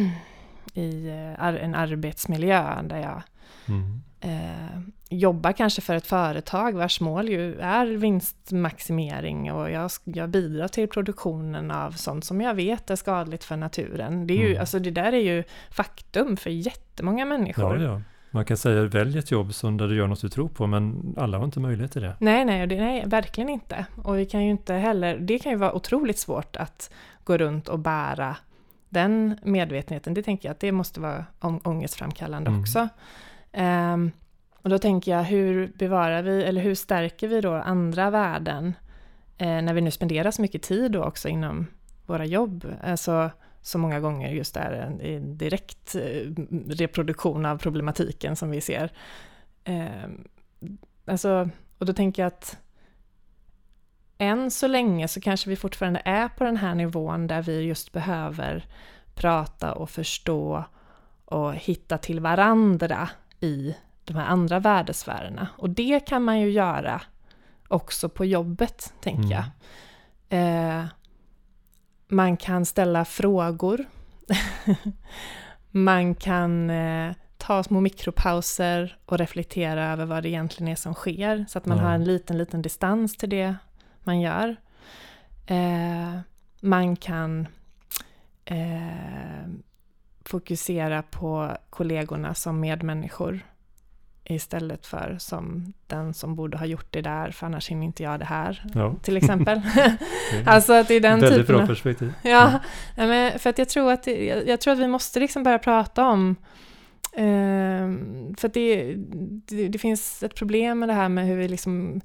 i eh, en arbetsmiljö där jag mm. eh, jobbar kanske för ett företag vars mål ju är vinstmaximering och jag, jag bidrar till produktionen av sånt som jag vet är skadligt för naturen. Det, är ju, mm. alltså det där är ju faktum för jättemånga människor. Ja, ja. Man kan säga välj ett jobb som där du gör något du tror på, men alla har inte möjlighet till det. Nej, nej, det, nej, verkligen inte. Och vi kan ju inte heller, det kan ju vara otroligt svårt att gå runt och bära den medvetenheten. Det tänker jag att det måste vara ångestframkallande mm. också. Um, och då tänker jag, hur bevarar vi, eller hur stärker vi då andra värden eh, när vi nu spenderar så mycket tid då också inom våra jobb? Alltså så många gånger just är en, en direkt eh, reproduktion av problematiken som vi ser. Eh, alltså, och då tänker jag att än så länge så kanske vi fortfarande är på den här nivån där vi just behöver prata och förstå och hitta till varandra i de här andra värdesfärerna. Och det kan man ju göra också på jobbet, tänker mm. jag. Eh, man kan ställa frågor. Man kan eh, ta små mikropauser och reflektera över vad det egentligen är som sker. Så att man mm. har en liten, liten distans till det man gör. Eh, man kan eh, fokusera på kollegorna som medmänniskor istället för som den som borde ha gjort det där, för annars hinner inte jag det här, ja. Till exempel. Alltså att det är den väldigt typen bra perspektiv. Ja, mm. men för att jag tror att det, jag, jag tror att vi måste liksom börja prata om eh, för att det, det, det finns ett problem med det här med hur vi liksom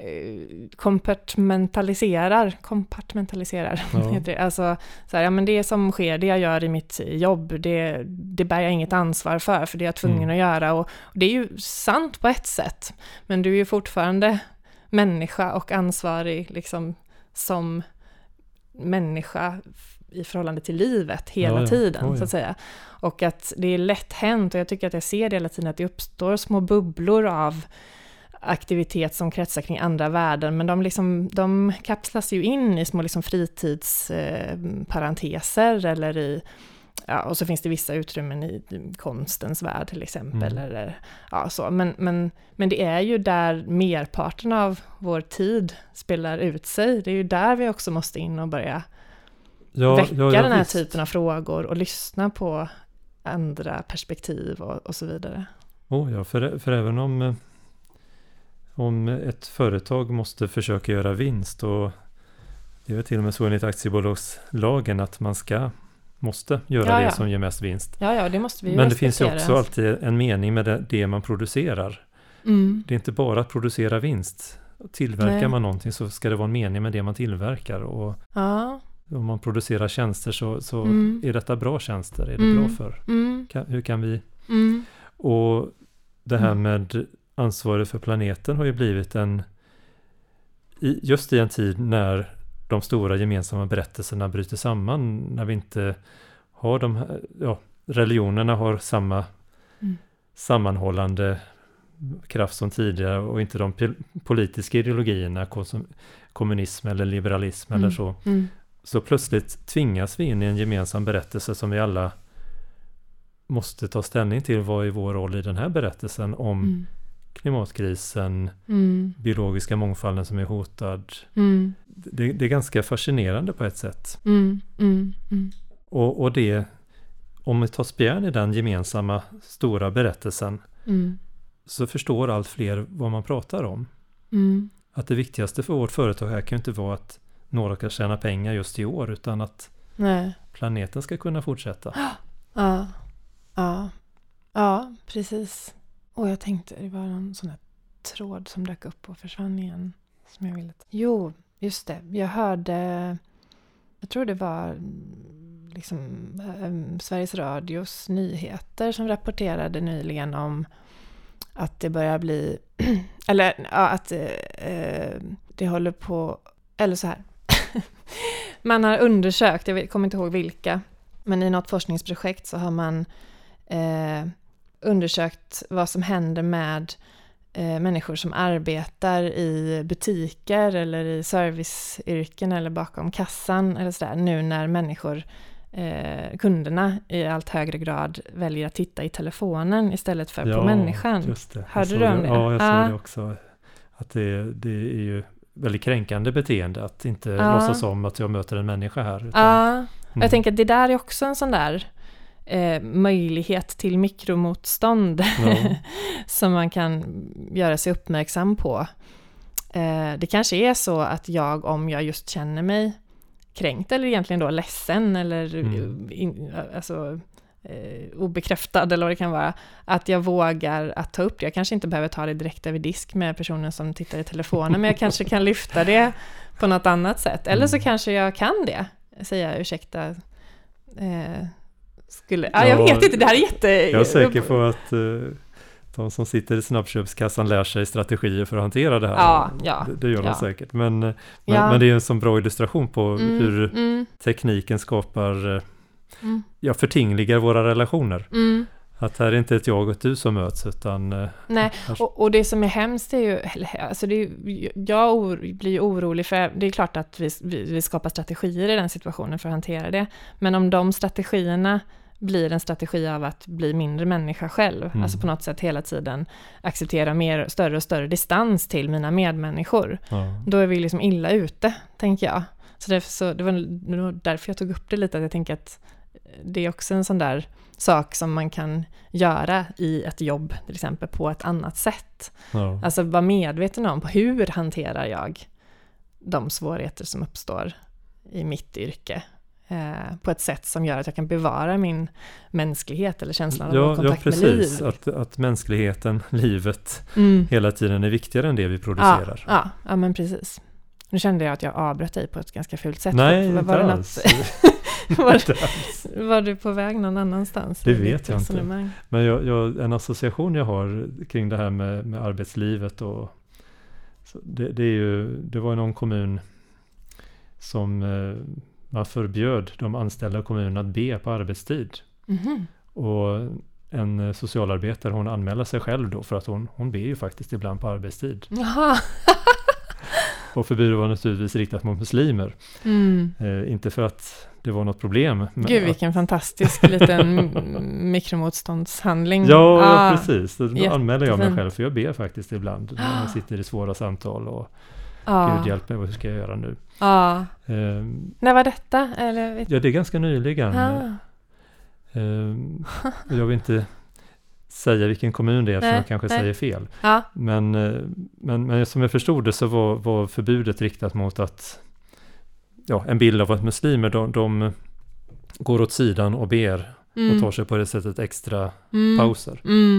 kompartmentaliserar kompartmentaliserar ja. Alltså så här, ja men det som sker, det jag gör i mitt jobb, det, det bär jag inget ansvar för för det är jag tvungen mm. att göra och, och det är ju sant på ett sätt, men du är ju fortfarande människa och ansvarig liksom som människa i förhållande till livet hela ja, ja. tiden oh, ja. så att säga, och att det är lätt hänt och jag tycker att jag ser det hela tiden att det uppstår små bubblor av aktivitet som kretsar kring andra värden, men de, liksom, de kapslas ju in i små liksom fritidsparenteser eh, eller i, ja, och så finns det vissa utrymmen i konstens värld till exempel, mm. eller, ja, så. Men, men, men det är ju där merparten av vår tid spelar ut sig, det är ju där vi också måste in och börja ja, väcka ja, ja, den här visst. typen av frågor och lyssna på andra perspektiv och, och så vidare. Oh ja, för, för även om Om ett företag måste försöka göra vinst, och det är väl till och med så enligt aktiebolagslagen att man ska, måste göra ja, det ja. som ger mest vinst. Ja, ja, det måste vi ju Men det respektera. finns ju också alltid en mening med det, det man producerar. Mm. Det är inte bara att producera vinst. Tillverkar Nej. man någonting så ska det vara en mening med det man tillverkar. Och Ja. om man producerar tjänster så, så Mm. är detta bra tjänster? Är det Mm. bra för? Mm. Kan, hur kan vi... Mm. Och det här Mm. med ansvaret för planeten har ju blivit en... I, just i en tid när de stora gemensamma berättelserna bryter samman. När vi inte har de här... Ja, religionerna har samma Mm. sammanhållande kraft som tidigare och inte de p- politiska ideologierna, konsum- kommunism eller liberalism Mm. eller så. Mm. Så plötsligt tvingas vi in i en gemensam berättelse som vi alla måste ta ställning till. Vad är vår roll i den här berättelsen om Mm. klimatkrisen, Mm. biologiska mångfalden som är hotad. Mm. Det, det är ganska fascinerande på ett sätt. Mm. Mm. Mm. Och, och det, om vi tar spjärn i den gemensamma stora berättelsen Mm. så förstår allt fler vad man pratar om. Mm. Att det viktigaste för vårt företag här kan ju inte vara att några kan tjäna pengar just i år utan att Nej. planeten ska kunna fortsätta. Ja. Ja. Ja, precis. Och jag tänkte, det var någon sån här tråd som dök upp och försvann igen. Som jag ville. Jo, just det. Jag hörde, jag tror det var liksom eh, Sveriges Radios nyheter som rapporterade nyligen om att det börjar bli, eller ja, att eh, det håller på, eller så här. Man har undersökt, jag vet, kommer inte ihåg vilka, men i något forskningsprojekt så har man eh, undersökt vad som händer med eh, människor som arbetar i butiker eller i serviceyrken eller bakom kassan eller sådär, nu när människor, eh, kunderna i allt högre grad väljer att titta i telefonen istället för Ja, på människan. Just det. Hörde Jag du såg om det? Ja, jag såg Ja. det också. Att det, det är ju väldigt kränkande beteende att inte Ja. låtsas om att jag möter en människa här. Utan, Ja, mm. jag tänker att det där är också en sån där eh, möjlighet till mikromotstånd Ja. som man kan göra sig uppmärksam på. Eh, det kanske är så att jag, om jag just känner mig kränkt eller egentligen då ledsen eller Mm. in, alltså, eh, obekräftad eller vad det kan vara, att jag vågar att ta upp det. Jag kanske inte behöver ta det direkt över disk med personen som tittar i telefonen, men jag kanske kan lyfta det på något annat sätt. Eller så Mm. kanske jag kan det. Säga ursäkta. Eh, skulle, ah, Ja, jag vet inte, det här är jätte... Jag är säker på att uh, de som sitter i snabbköpskassan lär sig strategier för att hantera det här. Ja, ja, det, det gör de ja. säkert. Men, men, Ja. men det är en sån bra illustration på Mm, hur mm, tekniken skapar, uh, mm, ja, förtingligar våra relationer. mm. Att här är inte ett jag och ett du som möts utan... Uh, Nej, här, och, och det som är hemskt är ju, eller, alltså det är ju, jag or, blir ju orolig för, det är klart att vi, vi, vi skapar strategier i den situationen för att hantera det, men om de strategierna blir en strategi av att bli mindre människa själv, Mm. alltså på något sätt hela tiden acceptera mer, större och större distans till mina medmänniskor, ja. då är vi liksom illa ute, tänker jag. Så, därför, så det, var, det var därför jag tog upp det lite, att jag tänker att det är också en sån där sak som man kan göra i ett jobb till exempel på ett annat sätt. Ja. Alltså vara medveten om på hur hanterar jag de svårigheter som uppstår i mitt yrke eh, på ett sätt som gör att jag kan bevara min mänsklighet eller känslan av Ja, kontakt ja, med liv. precis. Att, att mänskligheten, livet Mm. hela tiden är viktigare än det vi Ja, producerar. ja, ja, men precis. Nu kände jag att jag avbröt dig på ett ganska fult sätt. Nej, var, inte var, det alls. något, var, Inte alls. var du på väg någon annanstans? Det i ditt vet jag inte. resonemang? Men jag, jag, en association jag har kring det här med, med arbetslivet och så det, det är ju, det var ju någon kommun som eh, man förbjöd de anställda i kommunen att be på arbetstid. Mhm. Och en socialarbetare, hon anmäler sig själv då för att hon, hon ber ju faktiskt ibland på arbetstid. Jaha. Och förbudet var naturligtvis riktat mot muslimer. Mm. Eh, inte för att det var något problem. Men Gud, att, vilken fantastisk liten m- mikromotståndshandling. ja, Ah, ja, precis. Då anmäler jag mig jättefint. själv, för jag ber faktiskt ibland när jag sitter i svåra samtal och ah, Gud hjälp mig, vad ska jag göra nu? ah. Eh, När var detta? Eller, vet... ja, det är ganska nyligen. ah. Eh, och jag vill inte säga vilken kommun det är, för Nej, jag kanske nej. säger fel. Ja. Men, eh, men, men som jag förstod det så var, var förbudet riktat mot att, ja, en bild av att muslimer, de, de går åt sidan och ber Mm. och tar sig på det sättet extra Mm. pauser. Mm.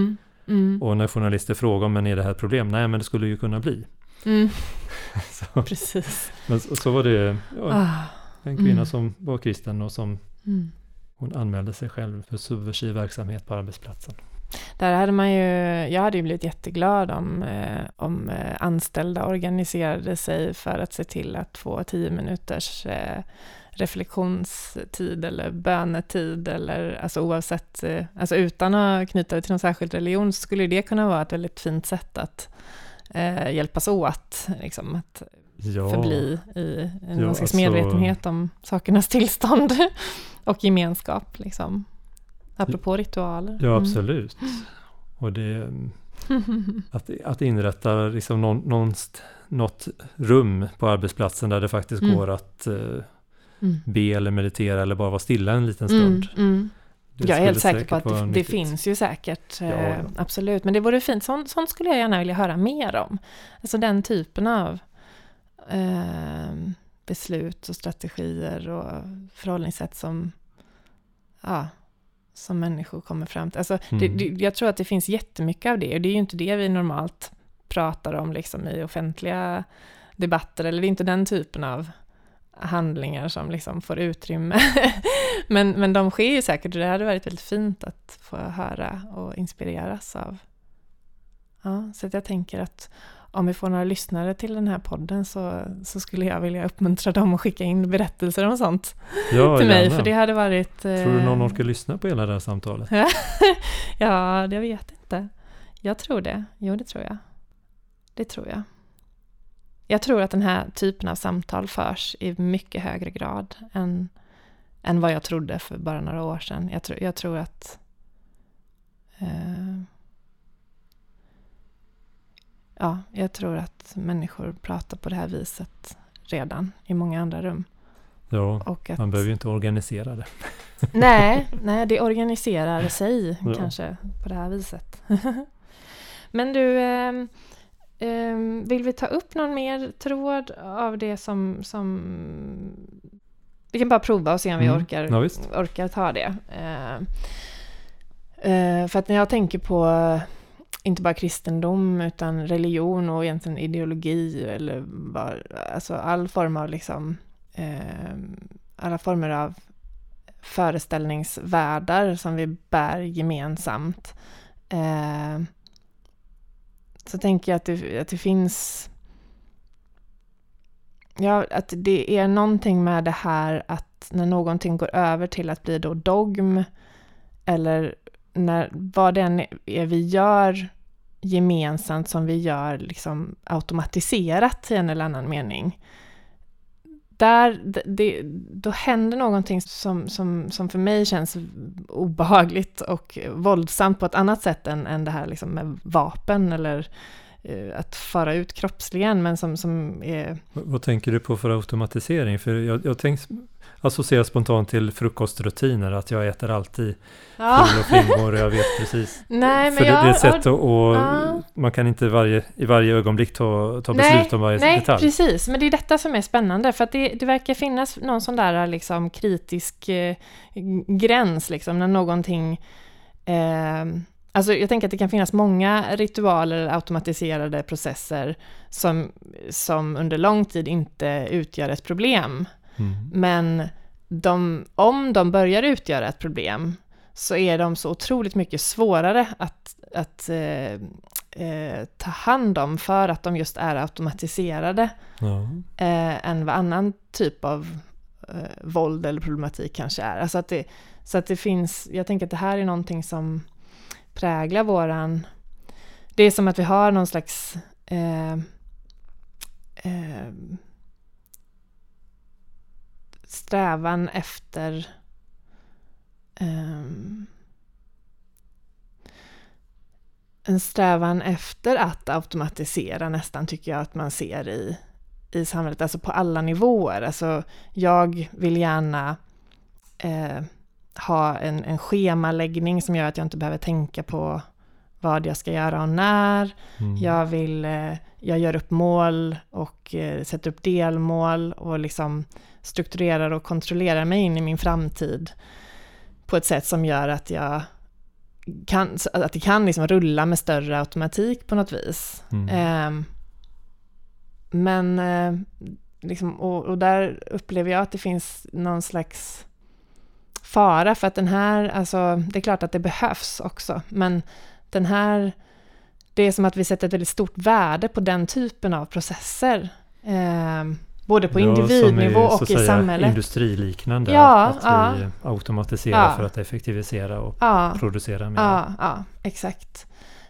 Mm. Och när journalister frågar om men är det här ett problem? Nej, men det skulle ju kunna bli. Mm. så, Precis. Men så, så var det ja, ah. en kvinna mm. som var kristen och som mm. hon anmälde sig själv för subversiv verksamhet på arbetsplatsen. Där hade man ju, jag hade ju blivit jätteglad om, eh, om eh, anställda organiserade sig för att se till att få tio minuters eh, reflektionstid eller bönetid eller alltså oavsett, eh, alltså utan att knyta det till någon särskild religion så skulle det kunna vara ett väldigt fint sätt att eh, hjälpas åt, liksom, att ja. förbli i en ja, slags alltså, medvetenhet om sakernas tillstånd och gemenskap, liksom. Apropå ritualer. Ja, absolut. Mm. Och det att, att inrätta liksom någon, någonst, något rum på arbetsplatsen där det faktiskt mm. går att uh, mm. be eller meditera eller bara vara stilla en liten stund. Mm, mm. Jag är helt säker på att det, det finns ju säkert, ja, ja. absolut. Men det vore fint. Sånt, sånt skulle jag gärna vilja höra mer om. Alltså den typen av eh, beslut och strategier och förhållningssätt som ja, som människor kommer fram till. Alltså, mm. det, det, jag tror att det finns jättemycket av det. Och det är ju inte det vi normalt pratar om liksom, i offentliga debatter. Eller det är inte den typen av handlingar som liksom får utrymme. men, men de sker ju säkert. Och det hade varit väldigt fint att få höra och inspireras av. Ja, så att jag tänker att om vi får några lyssnare till den här podden så, så skulle jag vilja uppmuntra dem att skicka in berättelser om sånt ja, till mig. Gärna. För det hade varit... Eh... Tror du någon orkar lyssna på hela det här samtalet? ja, det vet jag inte. Jag tror det. Jo, det tror jag. Det tror jag. Jag tror att den här typen av samtal förs i mycket högre grad än, än vad jag trodde för bara några år sedan. Jag, tro, jag tror att... Eh... Ja, jag tror att människor pratar på det här viset redan i många andra rum. Ja, och att, man behöver ju inte organisera det. nej, nej, det organiserar sig ja. kanske på det här viset. Men du, eh, eh, vill vi ta upp någon mer tråd av det som... som... Vi kan bara prova och se om vi mm. orkar, ja, orkar ta det. Eh, eh, för att när jag tänker på... inte bara kristendom utan religion och egentligen ideologi eller bara, alltså all form av liksom eh, alla former av föreställningsvärldar som vi bär gemensamt eh, så tänker jag att det, att det finns ja, att det är någonting med det här att när någonting går över till att bli då dogm eller när vad det än är vi gör gemensamt som vi gör liksom automatiserat i en eller annan mening. Där det, då händer någonting som, som, som för mig känns obehagligt och våldsamt på ett annat sätt än, än det här liksom med vapen eller uh, att fara ut kroppsligen men som, som är... Vad tänker du på för automatisering? För jag, jag tänker associerar spontant till frukostrutiner, att jag äter alltid ja. fil och flingor och jag vet precis. Nej, men för det, jag, det är ett sätt att och, ja. man kan inte varje, i varje ögonblick ta, ta beslut nej, om varje nej, detalj. Nej, precis. Men det är detta som är spännande för att det, det verkar finnas någon sån där liksom kritisk eh, gräns liksom när någonting eh, alltså jag tänker att det kan finnas många ritualer, automatiserade processer som, som under lång tid inte utgör ett problem. Mm. Men de, om de börjar utgöra ett problem så är de så otroligt mycket svårare att, att eh, eh, ta hand om för att de just är automatiserade ja. eh, än vad annan typ av eh, våld eller problematik kanske är. Alltså att det, så att det finns, jag tänker att det här är någonting som präglar våran, det är som att vi har någon slags eh, eh, strävan efter um, en strävan efter att automatisera nästan tycker jag att man ser i, i samhället, alltså på alla nivåer. Alltså jag vill gärna eh, ha en, en schemaläggning som gör att jag inte behöver tänka på vad jag ska göra och när. Mm. Jag vill, eh, jag gör upp mål och eh, sätter upp delmål och liksom strukturerar och kontrollerar mig in i min framtid på ett sätt som gör att jag kan, att det kan liksom rulla med större automatik på något vis. Mm. Eh, men eh, liksom, och, och där upplever jag att det finns någon slags fara för att den här, alltså det är klart att det behövs också, men den här, det är som att vi sätter ett väldigt stort värde på den typen av processer. Eh, både på ja, individnivå är, och i samhället. Industriliknande, ja, att ja. vi automatiserar ja. för att effektivisera och ja. producera mer. Ja, ja exakt.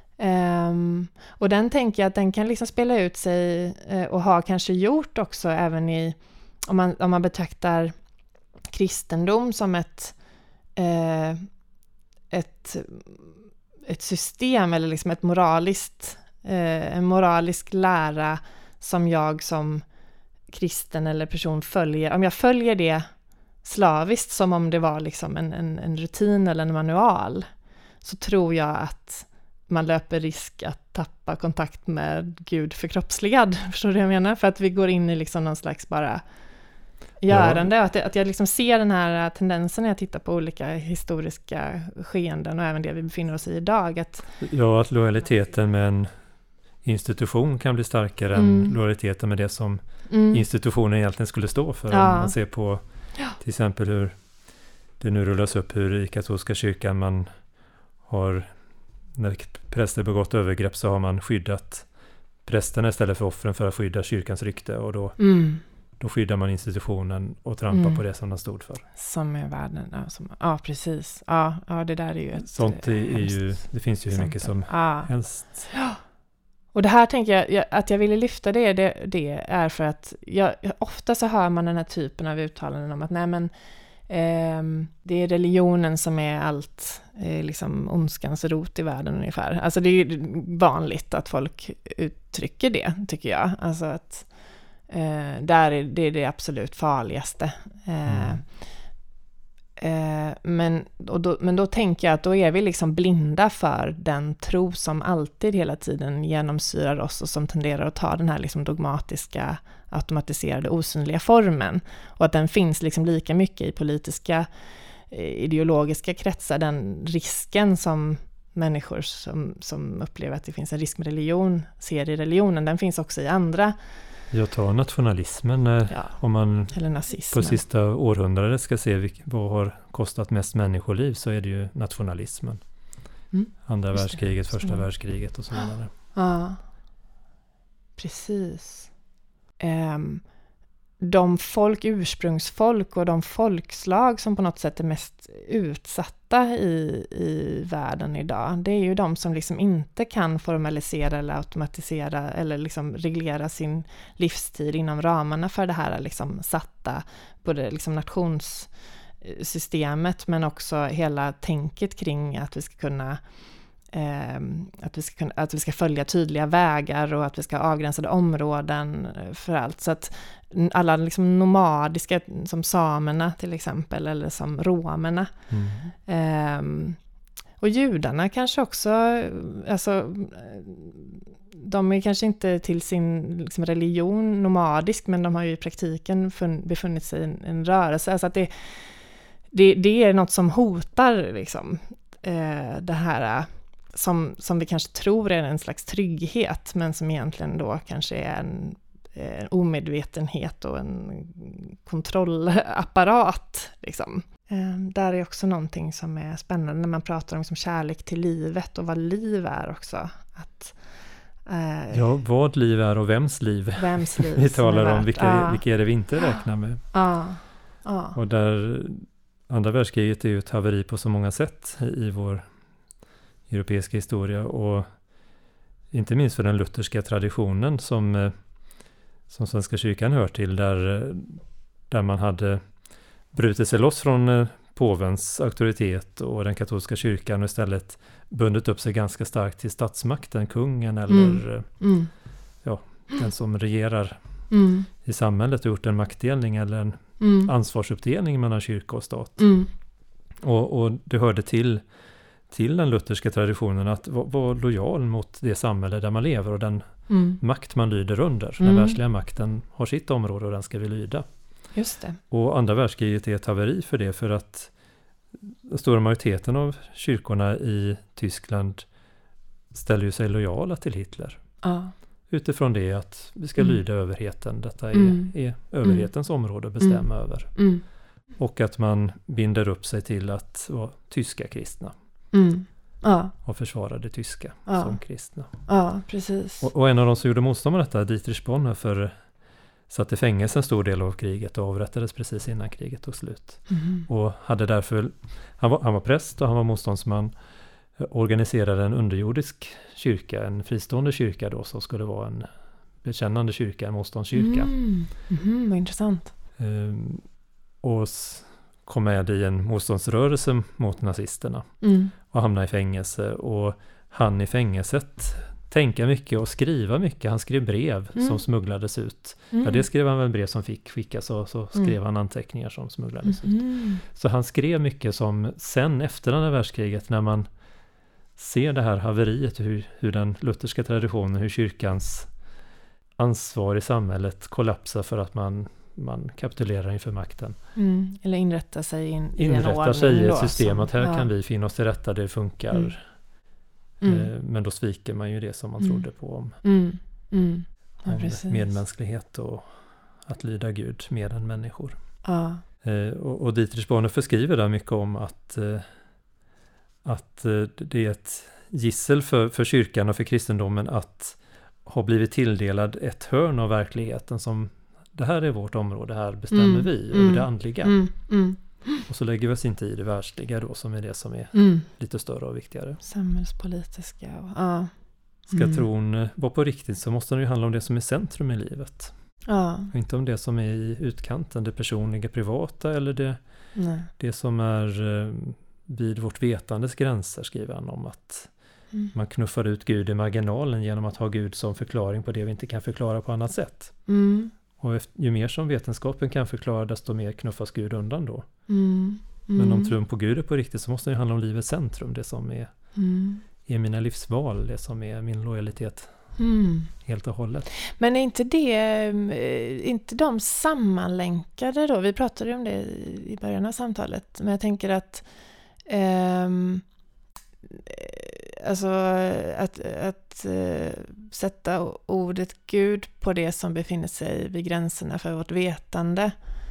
Um, och den tänker jag att den kan liksom spela ut sig uh, och har kanske gjort också även i, om man, om man betraktar kristendom som ett, uh, ett, ett system eller liksom ett moraliskt, uh, en moralisk lära som jag som kristen eller person följer. Om jag följer det slaviskt som om det var liksom en, en, en rutin eller en manual, så tror jag att man löper risk att tappa kontakt med Gud förkroppsligad. Förstår du vad jag menar? För att vi går in i liksom någon slags bara görande. Ja. Att, att jag liksom ser den här tendensen när jag tittar på olika historiska skeenden och även det vi befinner oss i idag. Att, ja, att lojaliteten med en institution kan bli starkare mm. än lojaliteten med det som mm. institutionen egentligen skulle stå för. Ja. Om man ser på till exempel hur det nu rullas upp hur i katolska kyrkan man har, när präster begått övergrepp så har man skyddat prästerna istället för offren för att skydda kyrkans rykte, och då, mm. då skyddar man institutionen och trampar mm. på det som den stod för. Som är världen. Ja, som, ja precis. Ja, ja, det där är ju ett sånt är, är ju, det finns ju hur mycket som ja. helst. Ja. Och det här tänker jag, jag, att jag ville lyfta det, det, det är för att jag, ofta så hör man den här typen av uttalanden om att nej men eh, det är religionen som är allt, eh, liksom ondskans rot i världen ungefär. Alltså det är ju vanligt att folk uttrycker det, tycker jag. Alltså att eh, där är det är det absolut farligaste. Eh, mm. Eh, men, och då, men då tänker jag att då är vi liksom blinda för den tro som alltid hela tiden genomsyrar oss och som tenderar att ta den här liksom dogmatiska, automatiserade, osynliga formen. Och att den finns liksom lika mycket i politiska, ideologiska kretsar. Den risken som människor som, som upplever att det finns en risk med religion ser i religionen, den finns också i andra. Jag tar nationalismen, ja, om man på sista århundradet ska se vilk, vad har kostat mest människoliv, så är det ju nationalismen. Mm. Andra Just världskriget, det. första mm. världskriget och så vidare. Ja, precis. Um, de folk, ursprungsfolk och de folkslag som på något sätt är mest utsatta i, i världen idag, det är ju de som liksom inte kan formalisera eller automatisera eller liksom reglera sin livstid inom ramarna för det här liksom satta, både liksom nationssystemet men också hela tänket kring att vi ska kunna Eh, att, vi ska kunna, att vi ska följa tydliga vägar och att vi ska ha avgränsade områden för allt. Så att alla liksom nomadiska, som samerna till exempel, eller som romerna. Mm. Eh, och judarna kanske också, alltså, de är kanske inte till sin liksom, religion nomadisk, men de har ju i praktiken funn, befunnit sig i en, en rörelse. Alltså att det, det, det är något som hotar liksom, eh, det här Som, som vi kanske tror är en slags trygghet, men som egentligen då kanske är en, en omedvetenhet och en kontrollapparat. Liksom. Eh, där är också någonting som är spännande när man pratar om liksom kärlek till livet och vad liv är också. Att, eh, ja, vad liv är och vems liv. Vems liv vi talar om vilka, ja. vilka är det vi inte räknar med. Ja. Ja. Och där andra världskriget är ju ett haveri på så många sätt i vår europeiska historia, och inte minst för den lutherska traditionen som, som Svenska kyrkan hör till, där, där man hade brutit sig loss från påvens auktoritet och den katolska kyrkan och istället bundit upp sig ganska starkt till statsmakten, kungen eller mm. Mm. Ja, den som regerar mm. i samhället, och gjort en maktdelning eller en mm. ansvarsuppdelning mellan kyrka och stat. Mm. Och, och det hörde till till den lutherska traditionen att vara lojal mot det samhälle där man lever och den mm. makt man lyder under. Mm. Den världsliga makten har sitt område och den ska vi lyda. Just det. Och andra världskriget är ett haveri för det, för att den stora majoriteten av kyrkorna i Tyskland ställer ju sig lojala till Hitler. Ja. Utifrån det att vi ska Mm. lyda överheten. Detta är, Mm. är överhetens mm. område att bestämma Mm. över. Mm. Och att man binder upp sig till att vara tyska kristna. Mm. Ja. Och försvara det tyska Ja. som kristna. Ja, precis. Och, och en av de som gjorde motstånd med detta, Dietrich Bonhoeffer, satt i fängelse en stor del av kriget och avrättades precis innan kriget tog slut. Mm. Och hade därför, han var, han var präst och han var motståndsman, organiserade en underjordisk kyrka, en fristående kyrka då, som skulle vara en bekännande kyrka, en motståndskyrka. Mm. Mm, vad intressant. Um, och s- kom med i en motståndsrörelse mot nazisterna Mm. och hamnade i fängelse. Och han i fängelset tänka mycket och skriva mycket. Han skrev brev Mm. som smugglades ut. Mm. Ja, det skrev han väl brev som fick skickas och så skrev Mm. han anteckningar som smugglades ut. Mm. Så han skrev mycket som sen efter andra världskriget, när man ser det här haveriet, hur, hur den lutherska traditionen, hur kyrkans ansvar i samhället kollapsar för att man, man kapitulerar inför makten. Mm. Eller inrätta sig in, i en Inrättar ordning sig i då, ett system som- att här ja. kan vi finna oss till rätta, det funkar. Mm. Mm. Eh, Men då sviker man ju det som man Mm. trodde på om, Mm. Mm. Ja, om precis. medmänsklighet och att lyda Gud mer än människor. Ja. Eh, och, och Dietrich Bonhoeffer skriver där mycket om att, eh, att eh, det är ett gissel för, för kyrkan och för kristendomen att ha blivit tilldelad ett hörn av verkligheten som det här är vårt område, här bestämmer Mm. vi Mm. över det andliga. Mm. Mm. Och så lägger vi oss inte i det världsliga då, som är det som är Mm. lite större och viktigare. Samhällspolitiska. Och, ja. Ska Mm. tron eh, vara på riktigt, så måste den ju handla om det som är centrum i livet. Ja. Och inte om det som är i utkanten, det personliga, privata eller det, Nej. det som är eh, vid vårt vetandes gränser, skriver han om, att Mm. man knuffar ut Gud i marginalen genom att ha Gud som förklaring på det vi inte kan förklara på annat sätt. Mm. Och efter, ju mer som vetenskapen kan förklara, desto mer knuffas Gud undan då. Mm. Mm. Men om tron på Gud är på riktigt, så måste det handla om livets centrum, det som är, Mm. är mina livsval, det som är min lojalitet Mm. helt och hållet. Men är inte det, eh, inte de sammanlänkade då? Vi pratade ju om det i i början av samtalet. Men jag tänker att ehm, eh, alltså att, att eh, sätta ordet Gud på det som befinner sig vid gränserna för vårt vetande.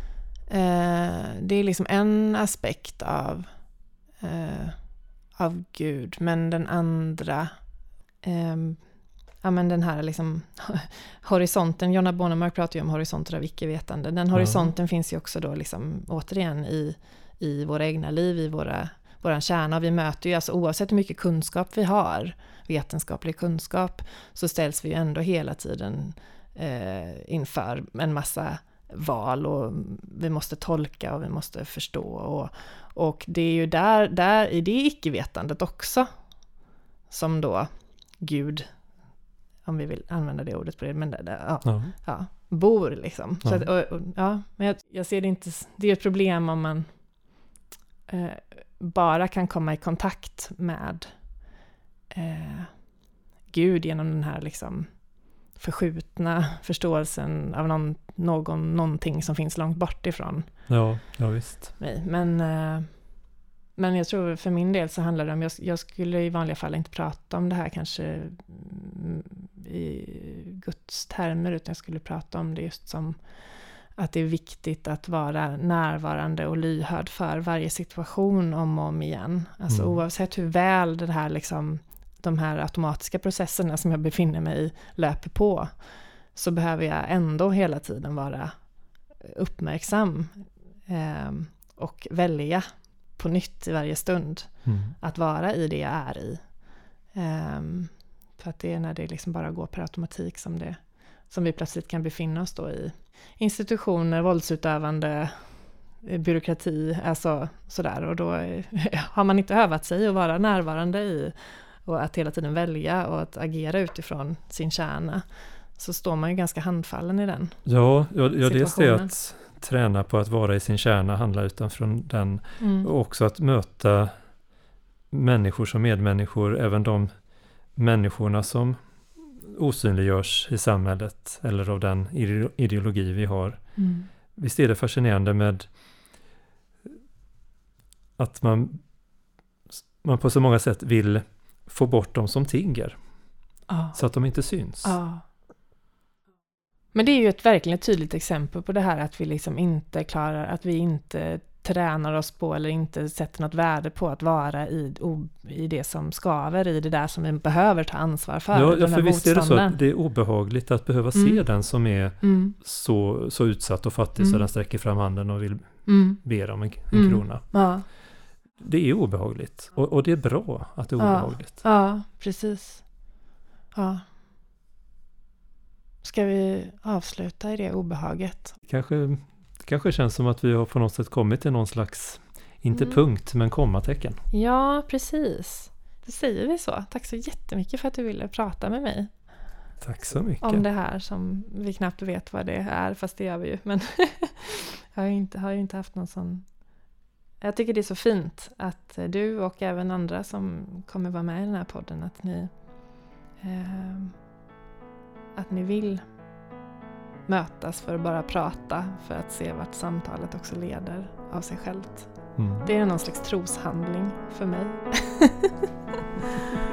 Eh, det är liksom en aspekt av, eh, av Gud. Men den andra... ehm, Ja, men den här liksom horisonten, Jonna Bornemark pratar ju om horisonter av icke-vetande. Den horisonten ja. finns ju också då liksom återigen i, i våra egna liv, i våra, våran kärna. Vi möter ju, alltså oavsett hur mycket kunskap vi har, vetenskaplig kunskap, så ställs vi ju ändå hela tiden eh, inför en massa val och vi måste tolka och vi måste förstå. Och, och det är ju där, där i det icke-vetandet också som då Gud, om vi vill använda det ordet på det, men det, det, ja, ja. Ja, bor liksom. Ja. Så att, och, och, ja, men jag, jag ser det inte, det är ett problem om man eh, bara kan komma i kontakt med eh, Gud genom den här liksom förskjutna förståelsen av någon, någon, någonting som finns långt bort ifrån ja, ja, visst. mig. Men eh, Men jag tror för min del så handlar det om, jag, jag skulle i vanliga fall inte prata om det här kanske i Guds termer, utan jag skulle prata om det just som att det är viktigt att vara närvarande och lyhörd för varje situation om och om igen. Alltså mm. oavsett hur väl det här liksom, de här automatiska processerna som jag befinner mig i löper på, så behöver jag ändå hela tiden vara uppmärksam eh, och välja på nytt i varje stund mm. att vara i det jag är i. Um, för att det är när det liksom bara går per automatik som, det, som vi plötsligt kan befinna oss då i institutioner, våldsutövande, byråkrati, alltså sådär. Och då är, har man inte övat sig att vara närvarande i och att hela tiden välja och att agera utifrån sin kärna, så står man ju ganska handfallen i den Ja, ja, ja det är det att träna på att vara i sin kärna, handla utanför den mm. och också att möta människor som medmänniskor, även de människorna som osynliggörs i samhället eller av den ideologi vi har. Mm. Visst är det fascinerande med att man man på så många sätt vill få bort dem som tiger. Ja. Så att de inte syns. Ja. Men det är ju ett verkligen tydligt exempel på det här att vi liksom inte klarar, att vi inte tränar oss på eller inte sätter något värde på att vara i, i det som skaver, i det där som vi behöver ta ansvar för. Ja, ja för visst är det så att det är obehagligt att behöva se mm. den som är mm. så, så utsatt och fattig mm. så den sträcker fram handen och vill mm. be om en, en mm. krona. Ja. Det är obehagligt och, och det är bra att det är obehagligt. Ja, ja precis. Ja. Ska vi avsluta i det obehaget? Kanske, kanske känns som att vi har på något sätt kommit till någon slags, inte mm. punkt, men kommatecken. Ja, precis. Då säger vi så. Tack så jättemycket för att du ville prata med mig. Tack så mycket. Om det här som vi knappt vet vad det är, fast det gör vi ju. Men jag har ju inte, har ju inte haft någon sån... Jag tycker det är så fint att du och även andra som kommer vara med i den här podden, att ni... Eh, att ni vill mötas för att bara prata, för att se vart samtalet också leder av sig självt. Mm. Det är någon slags troshandling för mig.